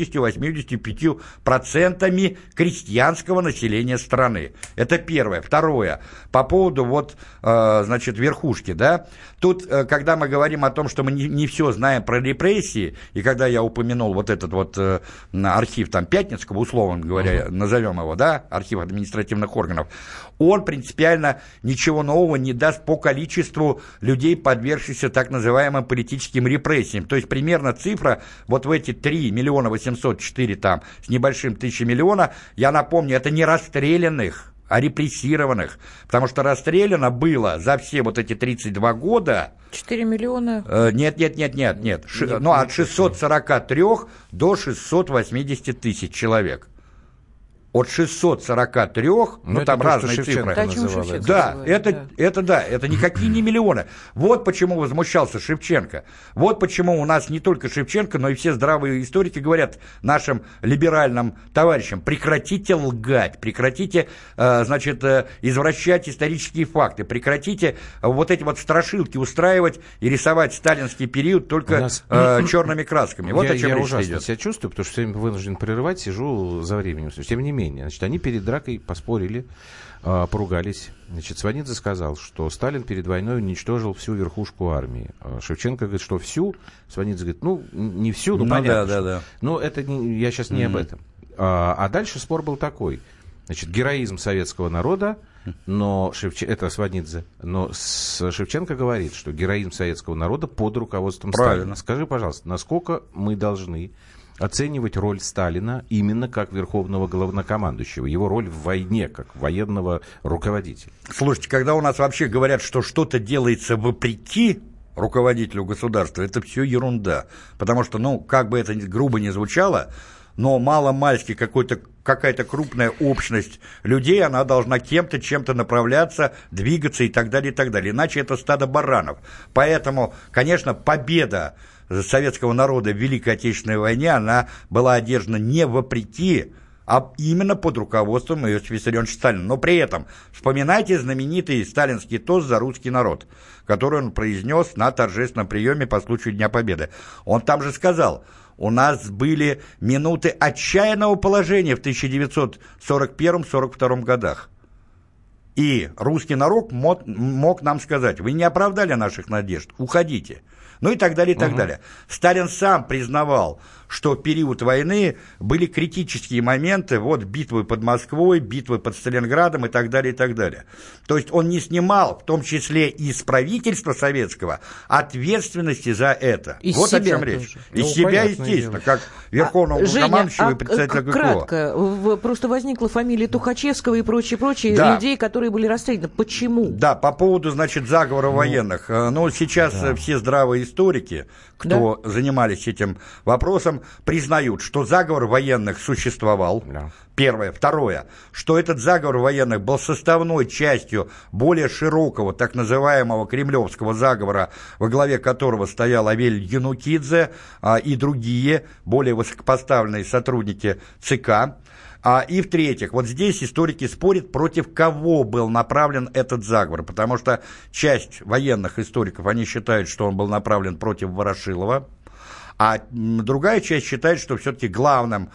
80-85% крестьянского населения страны. Это первое. Второе. По поводу верхушки, да. Тут, когда мы говорим о том, что мы не все знаем про репрессии, и когда я упомянул вот этот архив Пятницкого, условно говоря, назовем его, да, архив административных органов, он принципиально ничего нового не даст по количеству людей, подвергшихся так называемым политическим репрессиям. То есть примерно цифра вот в эти 3 804 там с небольшим тысячи миллиона, я напомню, это не расстрелянных, а репрессированных, потому что расстреляно было за все вот эти 32 года... 4 миллиона? Нет. От 643 до 680 тысяч человек. От 643, там разные цифры. Да, это никакие не миллионы. Вот почему возмущался Шевченко. Вот почему у нас не только Шевченко, но и все здравые историки говорят нашим либеральным товарищам: прекратите лгать, прекратите, извращать исторические факты, прекратите вот эти вот страшилки устраивать и рисовать сталинский период только черными красками. Вот о чем речь идет. Я ужасно себя чувствую, потому что все время вынужден прерывать, сижу за временем. Тем не менее, значит, они перед дракой поспорили, поругались. Значит, Сванидзе сказал, что Сталин перед войной уничтожил всю верхушку армии. Шевченко говорит, что всю. Сванидзе говорит, не всю, понятно. Да. Но это я сейчас не об этом. А дальше спор был такой. Значит, героизм советского народа, но это Сванидзе, но Шевченко говорит, что героизм советского народа под руководством Сталина. Скажи, пожалуйста, насколько мы должны оценивать роль Сталина именно как верховного главнокомандующего, его роль в войне, как военного руководителя. Слушайте, когда у нас вообще говорят, что что-то делается вопреки руководителю государства, это все ерунда. Потому что, как бы это грубо ни звучало, но мало-мальски какая-то крупная общность людей, она должна кем-то, чем-то направляться, двигаться и так далее, и так далее. Иначе это стадо баранов. Поэтому, конечно, победа советского народа в Великой Отечественной войне, она была одержана не вопреки, а именно под руководством Иосифа Виссарионовича Сталина. Но при этом вспоминайте знаменитый сталинский тост за русский народ, который он произнес на торжественном приеме по случаю Дня Победы. Он там же сказал: у нас были минуты отчаянного положения в 1941-1942 годах. И русский народ мог нам сказать: вы не оправдали наших надежд, уходите. Ну и так далее, и так далее. Сталин сам признавал, что в период войны были критические моменты, вот битвы под Москвой, битвы под Сталинградом и так далее, и так далее. То есть он не снимал, в том числе и с правительства советского, ответственности за это. Из вот себя о чем тоже. речь. Из себя, естественно, как верховного командующего и председателя ГКО. Кратко, просто возникла фамилия Тухачевского и прочие людей, которые были расстреляны. Почему? Да, по поводу, заговора военных. Сейчас все здравые историки, кто занимались этим вопросом, признают, что заговор военных существовал. Первое. Второе, что этот заговор военных был составной частью более широкого, так называемого кремлевского заговора, во главе которого стоял Авелий Янукидзе и другие более высокопоставленные сотрудники ЦК. И в-третьих, вот здесь историки спорят, против кого был направлен этот заговор, потому что часть военных историков, они считают, что он был направлен против Ворошилова, а другая часть считает, что все-таки главным,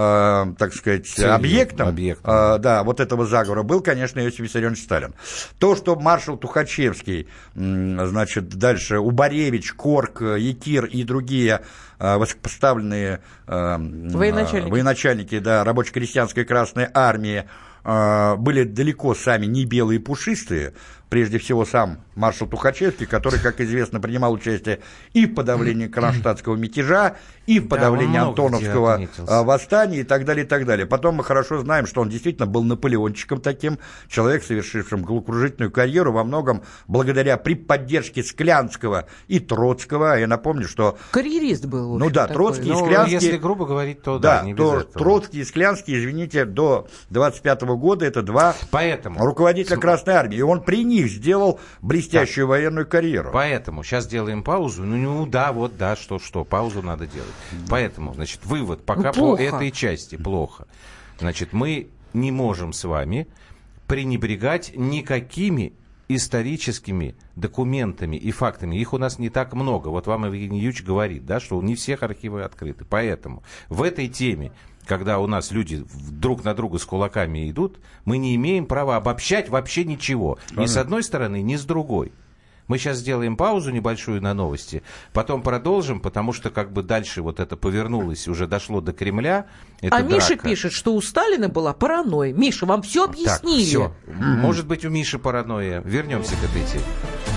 объектом вот этого заговора был, конечно, Иосиф Виссарионович Сталин. То, что маршал Тухачевский, дальше Убаревич, Корк, Якир и другие высокопоставленные военачальники рабоче-крестьянской Красной Армии были далеко сами не белые и пушистые, прежде всего сам маршал Тухачевский, который, как известно, принимал участие и в подавлении кронштадтского мятежа, и в подавлении Антоновского восстания и так далее, и так далее. Потом мы хорошо знаем, что он действительно был наполеончиком таким, человек, совершившим головокружительную карьеру во многом благодаря при поддержке Склянского и Троцкого. Я напомню, что... Карьерист был. Троцкий и Склянский... Если грубо говорить, то не без этого. Троцкий и Склянский, извините, до 25 года это два руководителя Красной Армии. И он при них сделал блестящую военную карьеру. Поэтому сейчас делаем паузу. Паузу надо делать. Поэтому, вывод пока по этой части плохо. Мы не можем с вами пренебрегать никакими историческими документами и фактами. Их у нас не так много. Вот вам Евгений Юрьевич говорит, что не всех архивы открыты. Поэтому в этой теме, когда у нас люди друг на друга с кулаками идут, мы не имеем права обобщать вообще ничего. Ни с одной стороны, ни с другой. Мы сейчас сделаем паузу небольшую на новости, потом продолжим, потому что дальше это повернулось, уже дошло до Кремля. Миша пишет, что у Сталина была паранойя. Миша, вам все объяснили? Так, все. Может быть, у Миши паранойя. Вернемся к этой теме.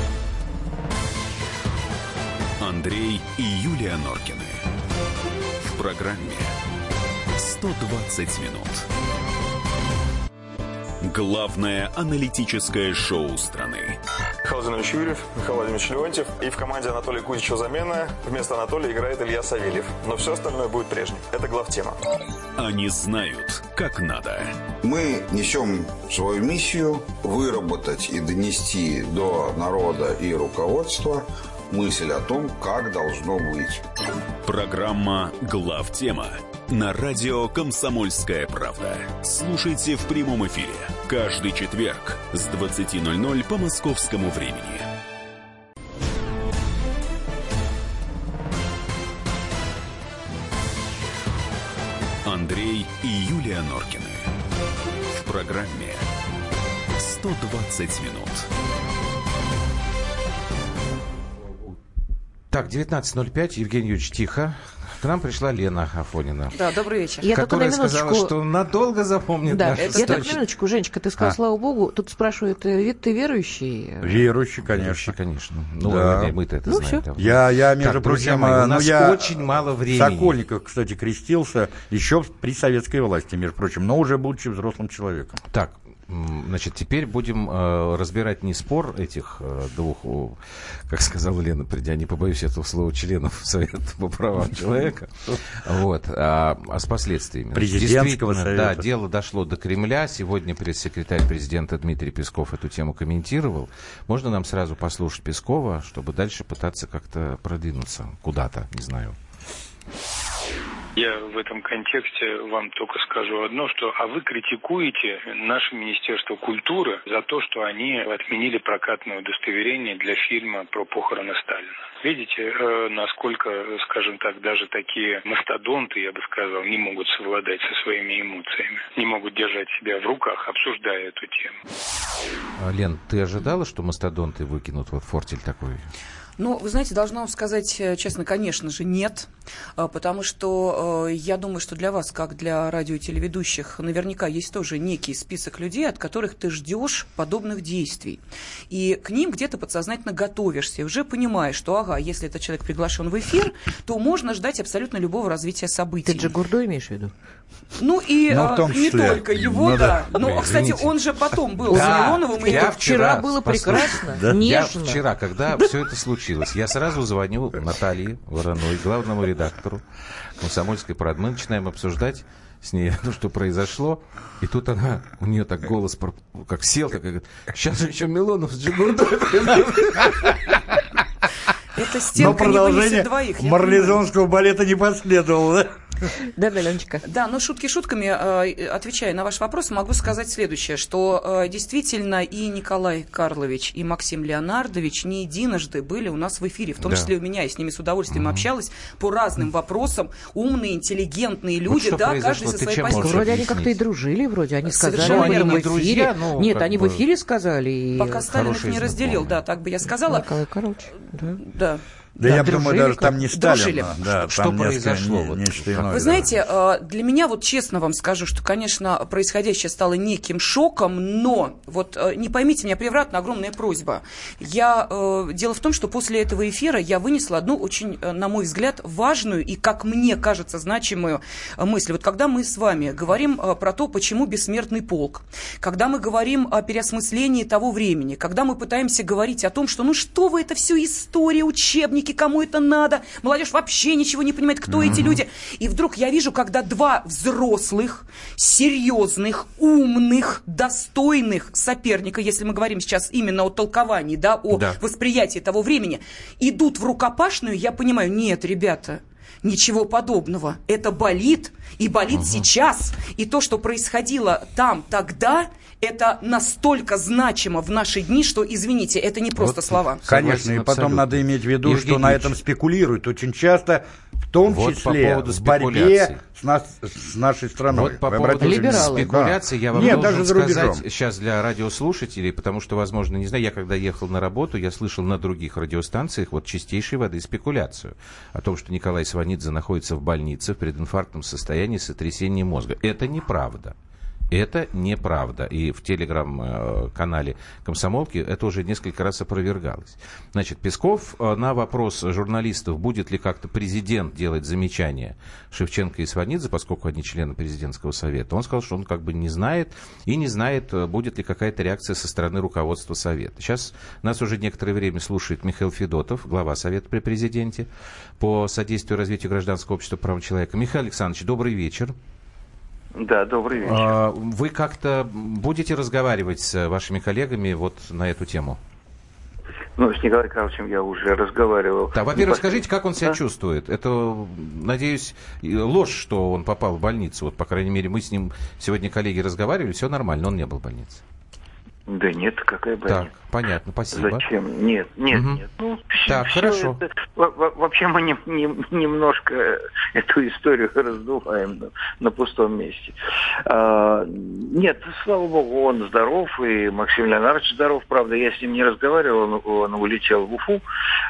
Андрей и Юлия Норкины. В программе 120 минут. Главное аналитическое шоу страны. Михаил Владимирович Юрьев, Михаил Владимирович Леонтьев. И в команде Анатолия Кузичева замена. Вместо Анатолия играет Илья Савельев. Но все остальное будет прежним. Это главтема. Они знают, как надо. Мы несем свою миссию выработать и донести до народа и руководства мысль о том, как должно быть. Программа «Главтема» на радио «Комсомольская правда». Слушайте в прямом эфире каждый четверг с 20:00 по московскому времени. Андрей и Юлия Норкины. В программе 120 минут. Так, 19:05. Евгений Юрьевич, тихо. К нам пришла Лена Афонина. Да, добрый вечер. Которая сказала, что надолго запомнит нашу встречу. Я так на минуточку, Женечка, ты сказал, слава богу, тут спрашивают, Вит, ты верующий? Верующий, конечно. Ну, мы-то это знаем. Я, между прочим, у нас очень мало времени. В Сокольниках, кстати, крестился еще при советской власти, между прочим, но уже будучи взрослым человеком. Так, значит, теперь будем разбирать не спор этих двух, как сказала Лена, придя, не побоюсь этого слова, членов Совета по правам человека, а с последствиями. Президентского совета. Да, дело дошло до Кремля. Сегодня пресс-секретарь президента Дмитрий Песков эту тему комментировал. Можно нам сразу послушать Пескова, чтобы дальше пытаться как-то продвинуться куда-то, не знаю. Я в этом контексте вам только скажу одно, что вы критикуете наше Министерство культуры за то, что они отменили прокатное удостоверение для фильма про похороны Сталина. Видите, насколько, скажем так, даже такие мастодонты, я бы сказал, не могут совладать со своими эмоциями, не могут держать себя в руках, обсуждая эту тему. Лен, ты ожидала, что мастодонты выкинут вот фортель такой? Ну, вы знаете, должна вам сказать честно, конечно же, нет, потому что я думаю, что для вас, как для радио и телеведущих, наверняка есть тоже некий список людей, от которых ты ждешь подобных действий. И к ним где-то подсознательно готовишься, и уже понимаешь, что, если этот человек приглашен в эфир, то можно ждать абсолютно любого развития событий. Ты Джигурду имеешь в виду? Ну, и не только его, да. Но, кстати, он же потом был с Мироновым. Вчера было прекрасно, нежно. Я вчера, когда все это случилось, я сразу звоню Наталье Вороной, главному редактору «Комсомольской правды». Мы начинаем обсуждать с ней то, что произошло. И тут у нее так голос как сел, как говорит, сейчас же еще Милонов с Джигурдой. Это стенка не вынесет двоих. Марлезонского балета не последовало, да? Да, Леночка. Да, но шутки шутками, отвечая на ваш вопрос, могу сказать следующее, что действительно и Николай Карлович, и Максим Леонардович не единожды были у нас в эфире, в том числе у меня, я с ними с удовольствием общалась по разным вопросам, умные, интеллигентные люди, каждый со своей позицией. Вроде они как-то и дружили, вроде они сказали, они в эфире. Друзья, нет, они в эфире сказали. Пока Сталин их не разделил, так бы я сказала. Николай Карлович, да. Да, я думаю, даже там не Сталин. Да, что произошло? Вы знаете, для меня, честно вам скажу, что, конечно, происходящее стало неким шоком, но, не поймите меня превратно, огромная просьба. Дело в том, что после этого эфира я вынесла одну очень, на мой взгляд, важную и, как мне кажется, значимую мысль. Когда мы с вами говорим про то, почему бессмертный полк, когда мы говорим о переосмыслении того времени, когда мы пытаемся говорить о том, что, что вы, это все история, учебники, кому это надо, молодежь вообще ничего не понимает, кто эти люди. И вдруг я вижу, когда два взрослых, серьезных, умных, достойных соперника, если мы говорим сейчас именно о толковании, о восприятии того времени, идут в рукопашную, я понимаю, нет, ребята, ничего подобного. Это болит, и болит сейчас. И то, что происходило там тогда, это настолько значимо в наши дни, что, извините, это не просто слова. Конечно, и потом надо иметь в виду, что на этом спекулируют очень часто, в том числе в борьбе с нашей страной. По поводу спекуляций я вам должен сказать сейчас для радиослушателей, потому что, возможно, не знаю, я когда ехал на работу, я слышал на других радиостанциях чистейшей воды спекуляцию о том, что Николай Сванидзе находится в больнице в прединфарктном состоянии с сотрясением мозга. Это неправда. Это неправда. И в телеграм-канале «Комсомолки» это уже несколько раз опровергалось. Значит, Песков на вопрос журналистов, будет ли как-то президент делать замечания Шевченко и Сванидзе, поскольку они члены президентского совета, он сказал, что он не знает, и не знает, будет ли какая-то реакция со стороны руководства совета. Сейчас нас уже некоторое время слушает Михаил Федотов, глава совета при президенте по содействию развитию гражданского общества прав человека. Михаил Александрович, добрый вечер. Да, добрый вечер. Вы как-то будете разговаривать с вашими коллегами на эту тему? С Николаем Карловичем я уже разговаривал. Да, во-первых, скажите, как он себя чувствует? Это, надеюсь, ложь, что он попал в больницу. По крайней мере, мы с ним сегодня, коллеги, разговаривали, все нормально, он не был в больнице. Да нет, какая броня. Так, понятно, спасибо. Зачем? Нет. Ну, так, все хорошо. Это, вообще мы немножко эту историю раздуваем на пустом месте. Нет, слава богу, он здоров, и Максим Леонардович здоров. Правда, я с ним не разговаривал, он улетел в Уфу.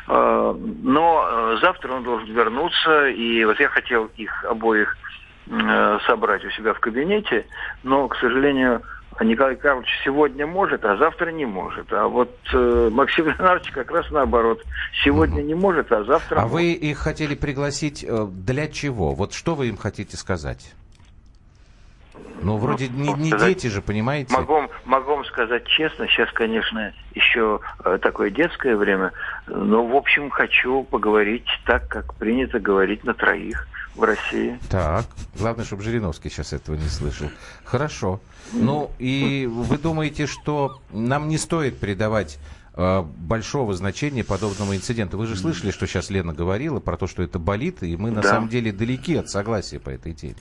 Но завтра он должен вернуться, и вот я хотел их обоих собрать у себя в кабинете, но, к сожалению, Николай Карлович сегодня может, а завтра не может. А вот Максим Леонардович как раз наоборот. Сегодня не может, а завтра может. Вы их хотели пригласить для чего? Вот что вы им хотите сказать? Ну, вроде не дети же, понимаете? Могу вам сказать честно, сейчас, конечно, еще такое детское время, но, в общем, хочу поговорить так, как принято говорить на троих в России. Так, главное, чтобы Жириновский сейчас этого не слышал. Хорошо. Ну, и вы думаете, что нам не стоит придавать большого значения подобному инциденту? Вы же слышали, что сейчас Лена говорила про то, что это болит, и мы на самом деле далеки от согласия по этой теме.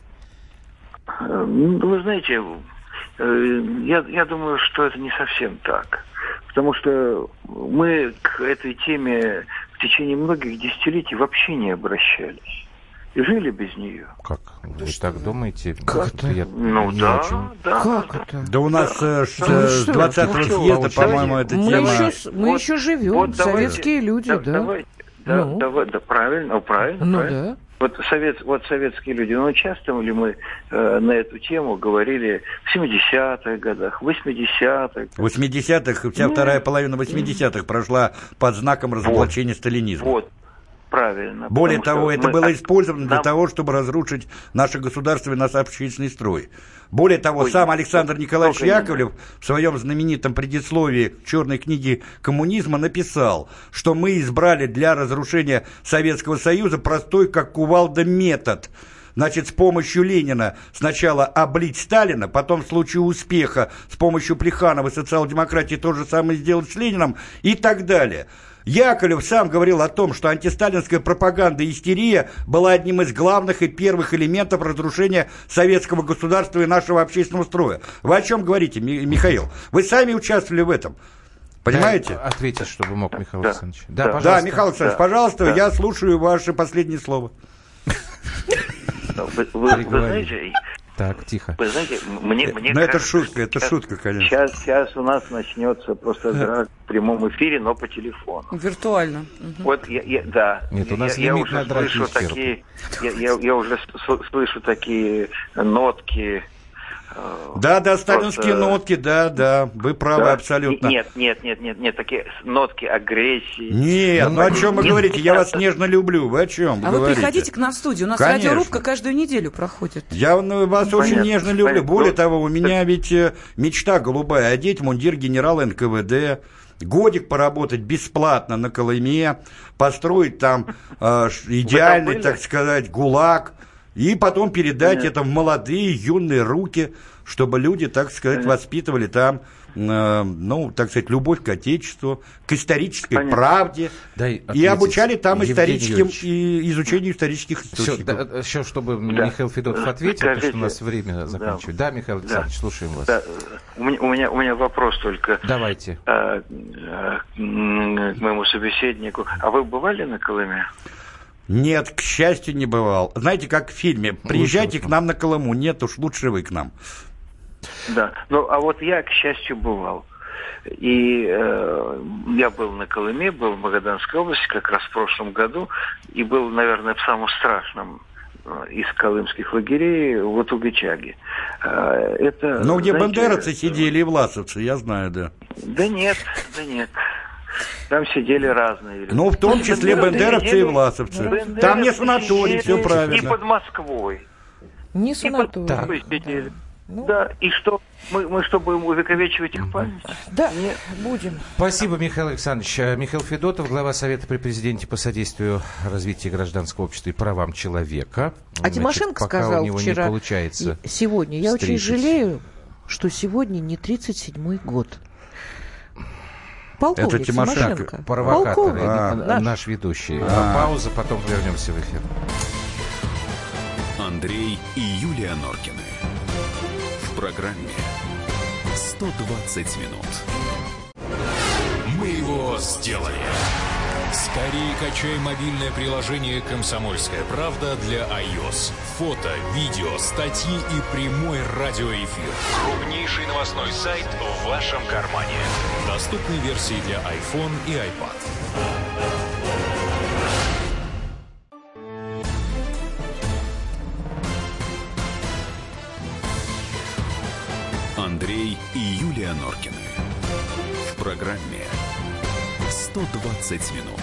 Вы знаете, я думаю, что это не совсем так. Потому что мы к этой теме в течение многих десятилетий вообще не обращались. И жили без нее. Как? Вы так думаете? Как это? Ну да, да. Как это? Да у нас с 20-го съезда, по-моему, эта тема... Мы еще живем, вот советские люди, да. Да, правильно. Ну да. Вот советские люди, ну часто ли мы на эту тему говорили в 70-х годах, в 80-х? В 80-х, вся вторая половина 80-х прошла под знаком разоблачения сталинизма. Вот. Правильно. Более того, это было использовано для того, чтобы разрушить наше государство и наш общественный строй. Более того, сам Александр Николаевич Яковлев в своем знаменитом предисловии к черной книге коммунизма написал, что мы избрали для разрушения Советского Союза простой, как кувалда, метод. Значит, с помощью Ленина сначала облить Сталина, потом в случае успеха с помощью Плеханова и социал-демократии то же самое сделать с Лениным и так далее. Яковлев сам говорил о том, что антисталинская пропаганда и истерия была одним из главных и первых элементов разрушения советского государства и нашего общественного строя. Вы о чем говорите, Михаил? Вы сами участвовали в этом. Понимаете? Да, ответьте, чтобы мог Михаил Александрович. Да, пожалуйста. Да, Михаил Александрович, пожалуйста, я слушаю ваше последнее слово. Вы знаете... Так, тихо. Вы знаете, мне кажется, это шутка, конечно. Сейчас у нас начнется просто в прямом эфире, но по телефону. Виртуально. Вот я Нет, у нас лимит на драки такие, я уже слышу такие нотки. Да, сталинские нотки, да, вы правы абсолютно. Нет, такие нотки агрессии. Нет, ну о чем вы говорите? Я вас нежно люблю, вы о чем говорите? Вы приходите к нам в студию, у нас радиорубка каждую неделю проходит. Я вас очень нежно люблю. Более того, у меня ведь мечта голубая, одеть мундир генерала НКВД, годик поработать бесплатно на Колыме, построить там идеальный, так сказать, ГУЛАГ, и потом передать это в молодые, юные руки, чтобы люди, так сказать, воспитывали там, так сказать, любовь к Отечеству, к исторической правде, и обучали там изучению исторических источников. Еще, чтобы Михаил Федотов ответил, потому что у нас время заканчивает. Да, Михаил Александрович, слушаем вас. Да. У меня вопрос только. Давайте. К моему собеседнику. А вы бывали на Колыме? Нет, к счастью, не бывал. Знаете, как в фильме, приезжайте к нам на Колыму. Нет уж, лучше вы к нам. Да, а вот я, к счастью, бывал. И я был на Колыме, был в Магаданской области как раз в прошлом году, и был, наверное, в самом страшном из колымских лагерей в Утугачаге. Где бандеровцы сидели и власовцы, я знаю, да. Да нет. Там сидели разные люди. В том числе бандеровцы и власовцы. Там не санаторий, все правильно. И под Москвой. Не санаторий. Сидели. Да, и что? Мы что, будем увековечивать их память? Да, нет, будем. Спасибо, Михаил Александрович. Михаил Федотов, глава Совета при президенте по содействию развитию гражданского общества и правам человека. А Тимошенко сказал у него вчера, не получается сегодня, я очень жалею, что сегодня не 37-й год. Полковник это Тимошенко. Провокатор, наш ведущий. Пауза, потом вернемся в эфир. Андрей и Юлия Норкины. В программе 120 минут. Мы его сделали. Скорее качай мобильное приложение «Комсомольская правда» для iOS. Фото, видео, статьи и прямой радиоэфир. Крупнейший новостной сайт в вашем кармане. Доступны версии для iPhone и iPad. Андрей и Юлия Норкины. В программе 120 минут.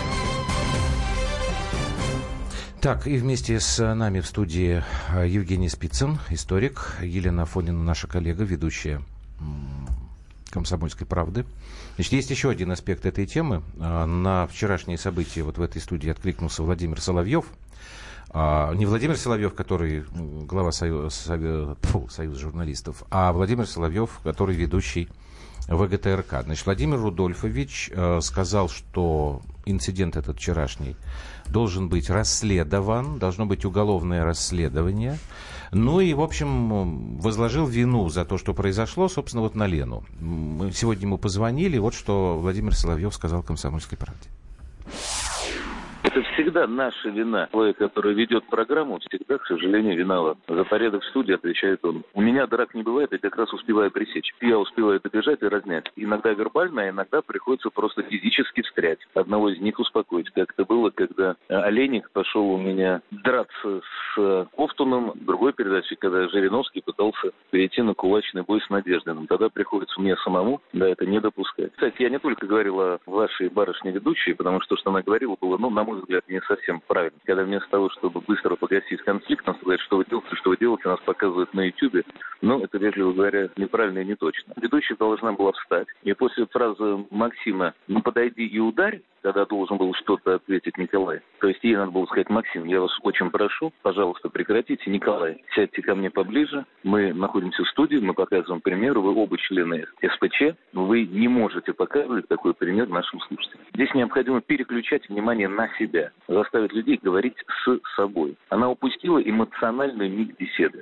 Так, и вместе с нами в студии Евгений Спицын, историк, Елена Афонина, наша коллега, ведущая «Комсомольской правды». Значит, есть еще один аспект этой темы. На вчерашние события вот в этой студии откликнулся Владимир Соловьев. Не Владимир Соловьев, который глава Союза журналистов, а Владимир Соловьев, который ведущий ВГТРК. Значит, Владимир Рудольфович сказал, что инцидент этот вчерашний должен быть расследован, должно быть уголовное расследование. Ну и, в общем, возложил вину за то, что произошло, собственно, вот на Лену. Мы сегодня ему позвонили, вот что Владимир Соловьев сказал «Комсомольской правде». Это всегда наша вина. Человек, который ведет программу, всегда, к сожалению, виноват. За порядок в студии отвечает он. У меня драк не бывает, я как раз успеваю пресечь. Я успеваю добежать и разнять. Иногда вербально, а иногда приходится просто физически встрять. Одного из них успокоить. Как это было, когда Олейник пошел у меня драться с Ковтуном. В другой передаче, когда Жириновский пытался перейти на кулачный бой с Надеждиным. Тогда приходится мне самому, это не допускать. Кстати, я не только говорил о вашей барышне-ведущей, потому что, что она говорила, было, на мой взгляд, не совсем правильно. Когда вместо того, чтобы быстро погасить конфликт, нам сказать, что вы делаете, нас показывают на Ютьюбе, это, вежливо говоря, неправильно и не точно. Ведущая должна была встать. И после фразы Максима подойди и ударь, когда должен был что-то ответить Николай. То есть ей надо было сказать: Максим, я вас очень прошу, пожалуйста, прекратите. Николай, сядьте ко мне поближе. Мы находимся в студии, мы показываем пример. Вы оба члены СПЧ. Вы не можете показывать такой пример нашим слушателям. Здесь необходимо переключать внимание на себя, заставить людей говорить с собой. Она упустила эмоциональную нить беседы.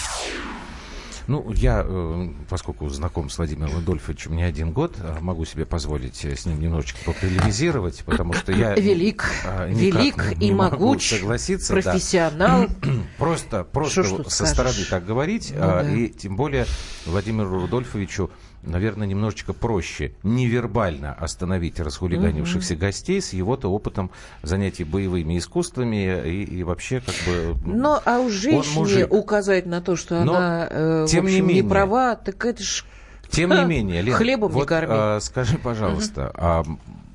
Я, поскольку знаком с Владимиром Рудольфовичем не один год, могу себе позволить с ним немножечко пополемизировать, потому что я велик и могуч, согласиться, профессионал. Просто со стороны так говорить, и тем более Владимиру Рудольфовичу, наверное, немножечко проще невербально остановить расхулиганившихся гостей с его-то опытом занятий боевыми искусствами и вообще как бы... А у женщины указать на то, что она, в общем, не права, так это ж... Тем не менее, Лен, хлебом не корми. Скажи, пожалуйста,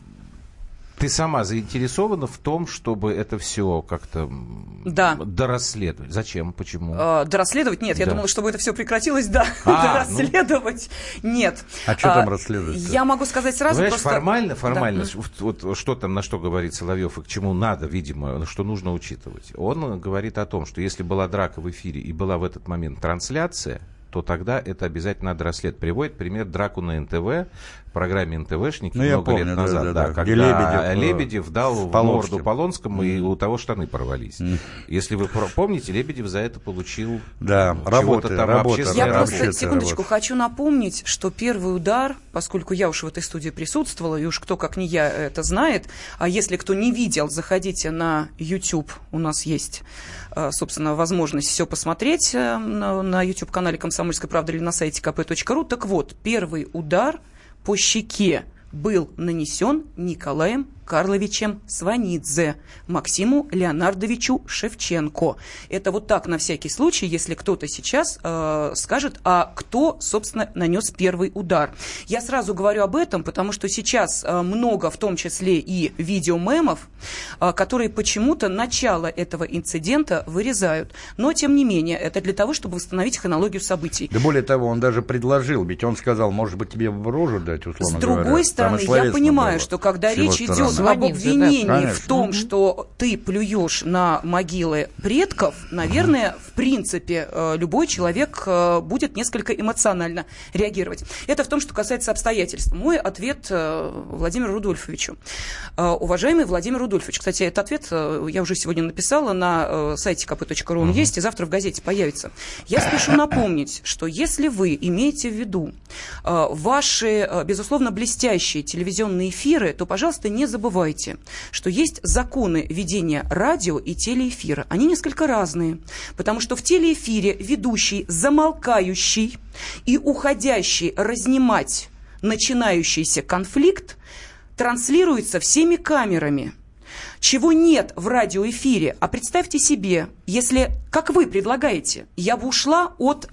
ты сама заинтересована в том, чтобы это все как-то дорасследовать? Зачем? Почему? Дорасследовать? Нет, я думала, чтобы это все прекратилось, дорасследовать. Нет. А что там расследовать? Я могу сказать сразу. Знаешь, формально, вот что там, на что говорит Соловьев и к чему надо, видимо, что нужно учитывать. Он говорит о том, что если была драка в эфире и была в этот момент трансляция, то тогда это обязательно надо расследовать. Приводит пример драку на НТВ, в программе НТВшники много лет назад, когда Лебедев дал в морду Полонскому, и у того штаны порвались. Если вы помните, Лебедев за это получил работу. Я просто, секундочку, хочу напомнить, что первый удар, поскольку я уж в этой студии присутствовала, и уж кто, как не я, это знает, а если кто не видел, заходите на YouTube, у нас есть, собственно, возможность все посмотреть на YouTube-канале «Комсомольской правды» или на сайте kp.ru. Так вот, первый удар по щеке был нанесен Николаем Карловичем Сванидзе Максиму Леонардовичу Шевченко. Это вот так на всякий случай, если кто-то сейчас скажет, а кто, собственно, нанес первый удар. Я сразу говорю об этом, потому что сейчас много, в том числе и видеомемов, которые почему-то начало этого инцидента вырезают. Но, тем не менее, это для того, чтобы восстановить хронологию событий. Да более того, он даже предложил, ведь он сказал, может быть, тебе в рожу дать, условно говоря. С другой стороны, я понимаю, что когда речь идет об обвинении в том, что ты плюешь на могилы предков, наверное, в принципе, любой человек будет несколько эмоционально реагировать. Это в том, что касается обстоятельств. Мой ответ Владимиру Рудольфовичу. Уважаемый Владимир Рудольфович, кстати, этот ответ я уже сегодня написала на сайте kp.ru, он есть, и завтра в газете появится. Я спешу напомнить, что если вы имеете в виду ваши, безусловно, блестящие телевизионные эфиры, то, пожалуйста, не забывайте, что есть законы ведения радио и телеэфира. Они несколько разные, потому что в телеэфире ведущий, замолкающий и уходящий разнимать начинающийся конфликт, транслируется всеми камерами, чего нет в радиоэфире. А представьте себе, если, как вы предлагаете, я бы ушла от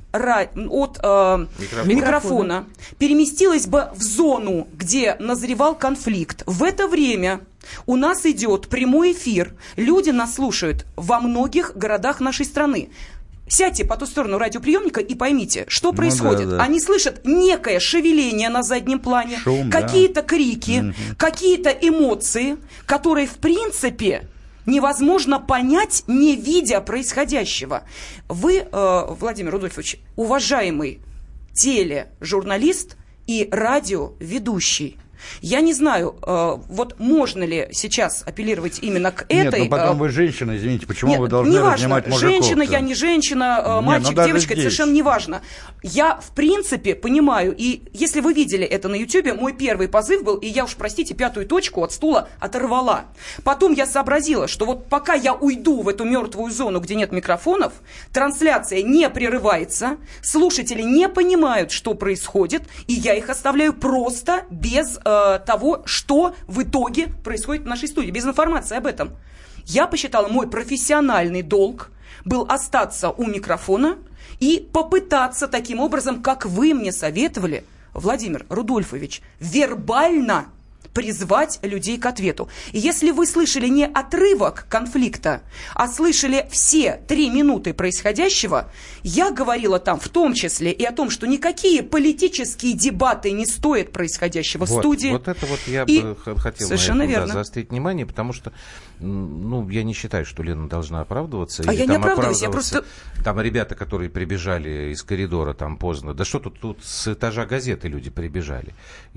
микрофона, переместилась бы в зону, где назревал конфликт. В это время у нас идет прямой эфир. Люди нас слушают во многих городах нашей страны. Сядьте по ту сторону радиоприемника и поймите, что происходит. Да. Они слышат некое шевеление на заднем плане, шум, какие-то крики, какие-то эмоции, которые, в принципе, невозможно понять, не видя происходящего. Вы, Владимир Рудольфович, уважаемый тележурналист и радиоведущий. Я не знаю, вот можно ли сейчас апеллировать именно к этой... Нет, но потом вы женщина, извините, почему вы должны разнимать мужиков? Женщина, я не женщина, мальчик, девочка, это совершенно не важно. Я, в принципе, понимаю, и если вы видели это на Ютьюбе, мой первый позыв был, и я уж, простите, 5-ю точку от стула оторвала. Потом я сообразила, что вот пока я уйду в эту мертвую зону, где нет микрофонов, трансляция не прерывается, слушатели не понимают, что происходит, и я их оставляю просто без... того, что в итоге происходит в нашей студии, без информации об этом. Я посчитала, мой профессиональный долг был остаться у микрофона и попытаться таким образом, как вы мне советовали, Владимир Рудольфович, вербально призвать людей к ответу. И если вы слышали не отрывок конфликта, а слышали все 3 минуты происходящего, я говорила там в том числе и о том, что никакие политические дебаты не стоят происходящего в студии. Вот это вот я бы хотел на этом заострить внимание, потому что я не считаю, что Лена должна оправдываться. А я не оправдываюсь, я просто... Там ребята, которые прибежали из коридора там поздно, да что тут с этажа газеты люди прибежали.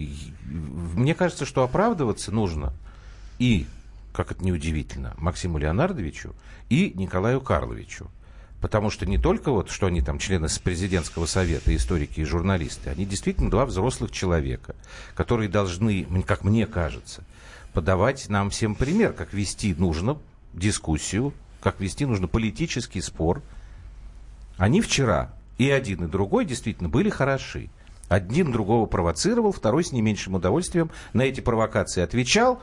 Мне кажется, что оправдываться нужно и, как это неудивительно, Максиму Леонардовичу и Николаю Карловичу. Потому что не только что они там члены президентского совета, историки и журналисты, они действительно 2 взрослых человека, которые должны, как мне кажется, подавать нам всем пример, как вести нужно дискуссию, как вести нужно политический спор. Они вчера, и один, и другой, действительно были хороши. Один другого провоцировал, второй с не меньшим удовольствием на эти провокации отвечал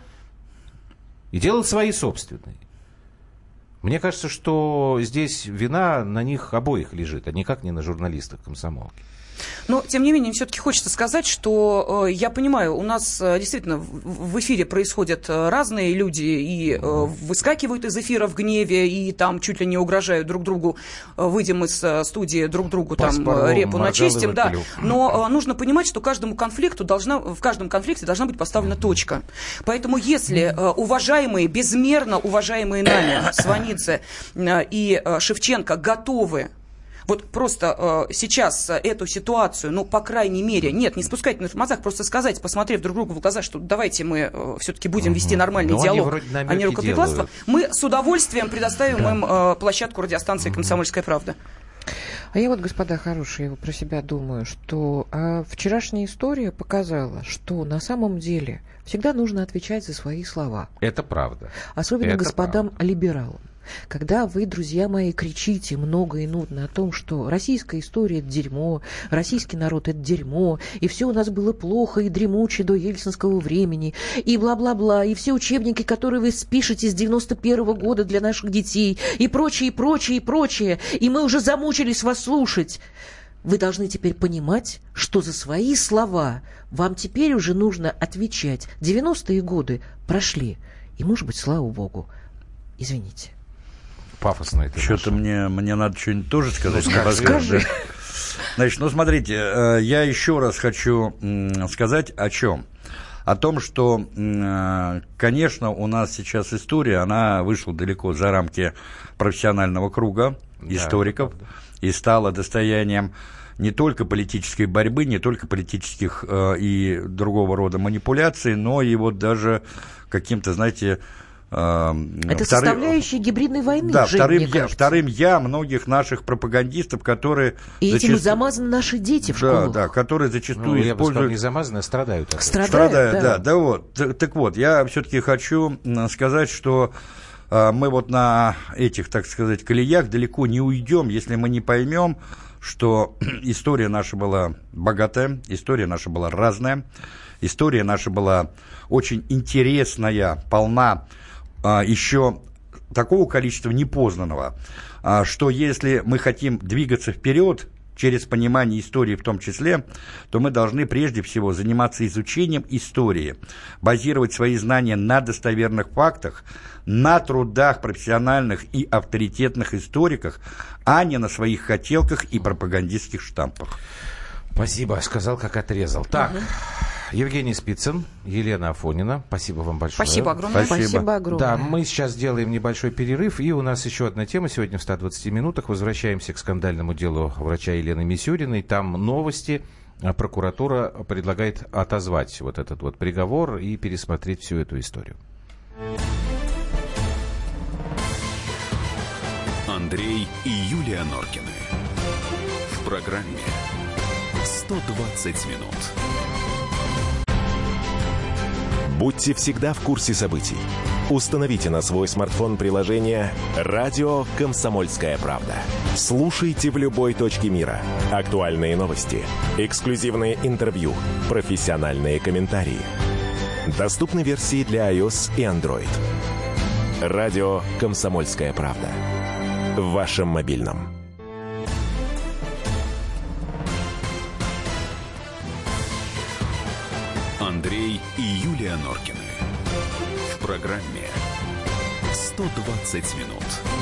и делал свои собственные. Мне кажется, что здесь вина на них обоих лежит, а никак не на журналистах комсомолки. Но, тем не менее, все-таки хочется сказать, что я понимаю, у нас действительно в эфире происходят разные люди и выскакивают из эфира в гневе, и там чуть ли не угрожают друг другу, выйдем из студии друг другу, там репу начистим. Да. Но нужно понимать, что в каждом конфликте должна быть поставлена точка. Поэтому если уважаемые, безмерно уважаемые нами Сванидзе и Шевченко готовы вот просто сейчас эту ситуацию, по крайней мере, не спускать на тормозах, просто сказать, посмотрев друг другу в глаза, что давайте мы все-таки будем вести нормальный диалог, а не рукоприкладство, мы с удовольствием предоставим им площадку радиостанции «Комсомольская правда». А я господа хорошие, про себя думаю, что вчерашняя история показала, что на самом деле всегда нужно отвечать за свои слова. Это правда. Особенно господам либералам. Когда вы, друзья мои, кричите много и нудно о том, что российская история – это дерьмо, российский народ – это дерьмо, и все у нас было плохо и дремуче до ельцинского времени, и бла-бла-бла, и все учебники, которые вы спишете с 91-го года для наших детей, и прочее, и прочее, и прочее, и мы уже замучились вас слушать. Вы должны теперь понимать, что за свои слова вам теперь уже нужно отвечать. 90-е годы прошли, и, может быть, слава богу, извините. Пафосно это. Что-то мне надо что-нибудь тоже сказать. Скажи. Значит, смотрите, я еще раз хочу сказать о чем. о том, что, конечно, у нас сейчас история, она вышла далеко за рамки профессионального круга историков и стала достоянием не только политической борьбы, не только политических и другого рода манипуляций, но и вот даже каким-то, знаете... Это составляющая гибридной войны, да, Жень, вторым «я» многих наших пропагандистов, которые... И этим замазаны наши дети в школах. Да, которые зачастую я бы сказал, не замазаны, а страдают. Страдают, да. Вот. Так вот, я все-таки хочу сказать, что мы вот на этих, так сказать, колеях далеко не уйдем, если мы не поймем, что история наша была богатая, история наша была разная, история наша была очень интересная, полна еще такого количества непознанного, что если мы хотим двигаться вперед через понимание истории в том числе, то мы должны прежде всего заниматься изучением истории, базировать свои знания на достоверных фактах, на трудах профессиональных и авторитетных историках, а не на своих хотелках и пропагандистских штампах. Спасибо, сказал, как отрезал. Так, Евгений Спицын, Елена Афонина, спасибо вам большое. Спасибо огромное. Спасибо огромное. Да, мы сейчас сделаем небольшой перерыв, и у нас еще одна тема сегодня в 120 минутах. Возвращаемся к скандальному делу врача Елены Мисюриной. Там новости. Прокуратура предлагает отозвать вот этот вот приговор и пересмотреть всю эту историю. Андрей и Юлия Норкины. В программе 120 минут. Будьте всегда в курсе событий. Установите на свой смартфон приложение «Радио Комсомольская правда». Слушайте в любой точке мира. Актуальные новости, эксклюзивные интервью, профессиональные комментарии. Доступны версии для iOS и Android. «Радио Комсомольская правда». В вашем мобильном. Андрей и Юлия Норкины. В программе 120 минут.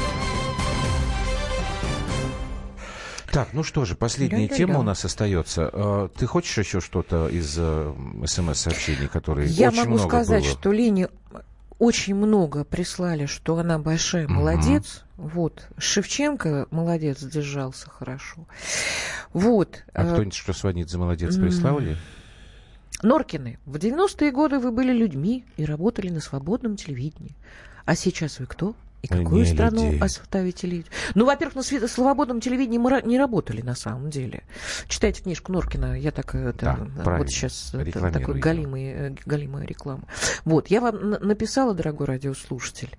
Так, ну что же, последняя тема у нас остается. Ты хочешь еще что-то из СМС-сообщений, которые Я очень могу много сказать, было? что Лене очень много прислали, что она большая молодец. Вот. Шевченко молодец, сдержался хорошо. Вот. А кто-нибудь, что Сванидзе молодец, прислали? Норкины, в 90-е годы вы были людьми и работали на свободном телевидении. А сейчас вы кто? И какую страну оставите люди? Ну, во-первых, на свободном телевидении мы не работали на самом деле. Читайте книжку Норкина, я так вот сейчас такой галимая реклама. Вот, я вам написала, дорогой радиослушатель,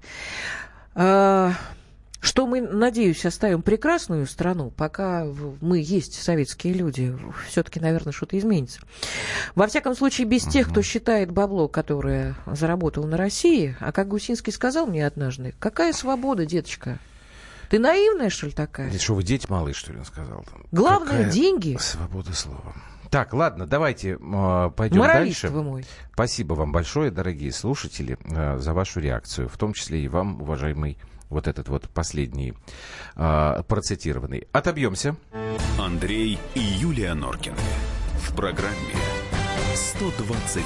что мы, надеюсь, оставим прекрасную страну, пока мы есть советские люди. Все-таки, наверное, что-то изменится. Во всяком случае, без тех, кто считает бабло, которое заработал на России. А как Гусинский сказал мне однажды, какая сводоба, деточка? Ты наивная, что ли, такая? Что вы, дети малые, что ли, он сказал? Главное, деньги. Свобода слова. Так, ладно, давайте пойдем Моралист дальше. Вы мой. Спасибо вам большое, дорогие слушатели, за вашу реакцию. В том числе и вам, уважаемый вот этот вот последний процитированный. Отобьемся. Андрей и Юлия Норкины. В программе 120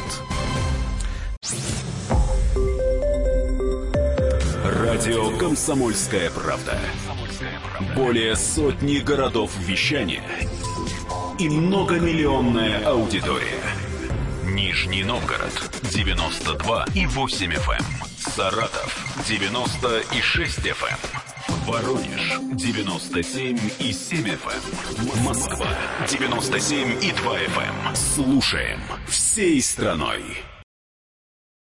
минут. Радио «Комсомольская правда». Более сотни городов вещания и многомиллионная аудитория. Нижний Новгород 92,8 FM. Саратов 90,6 FM. Воронеж 97,7 FM. Москва 97,2 FM. Слушаем всей страной.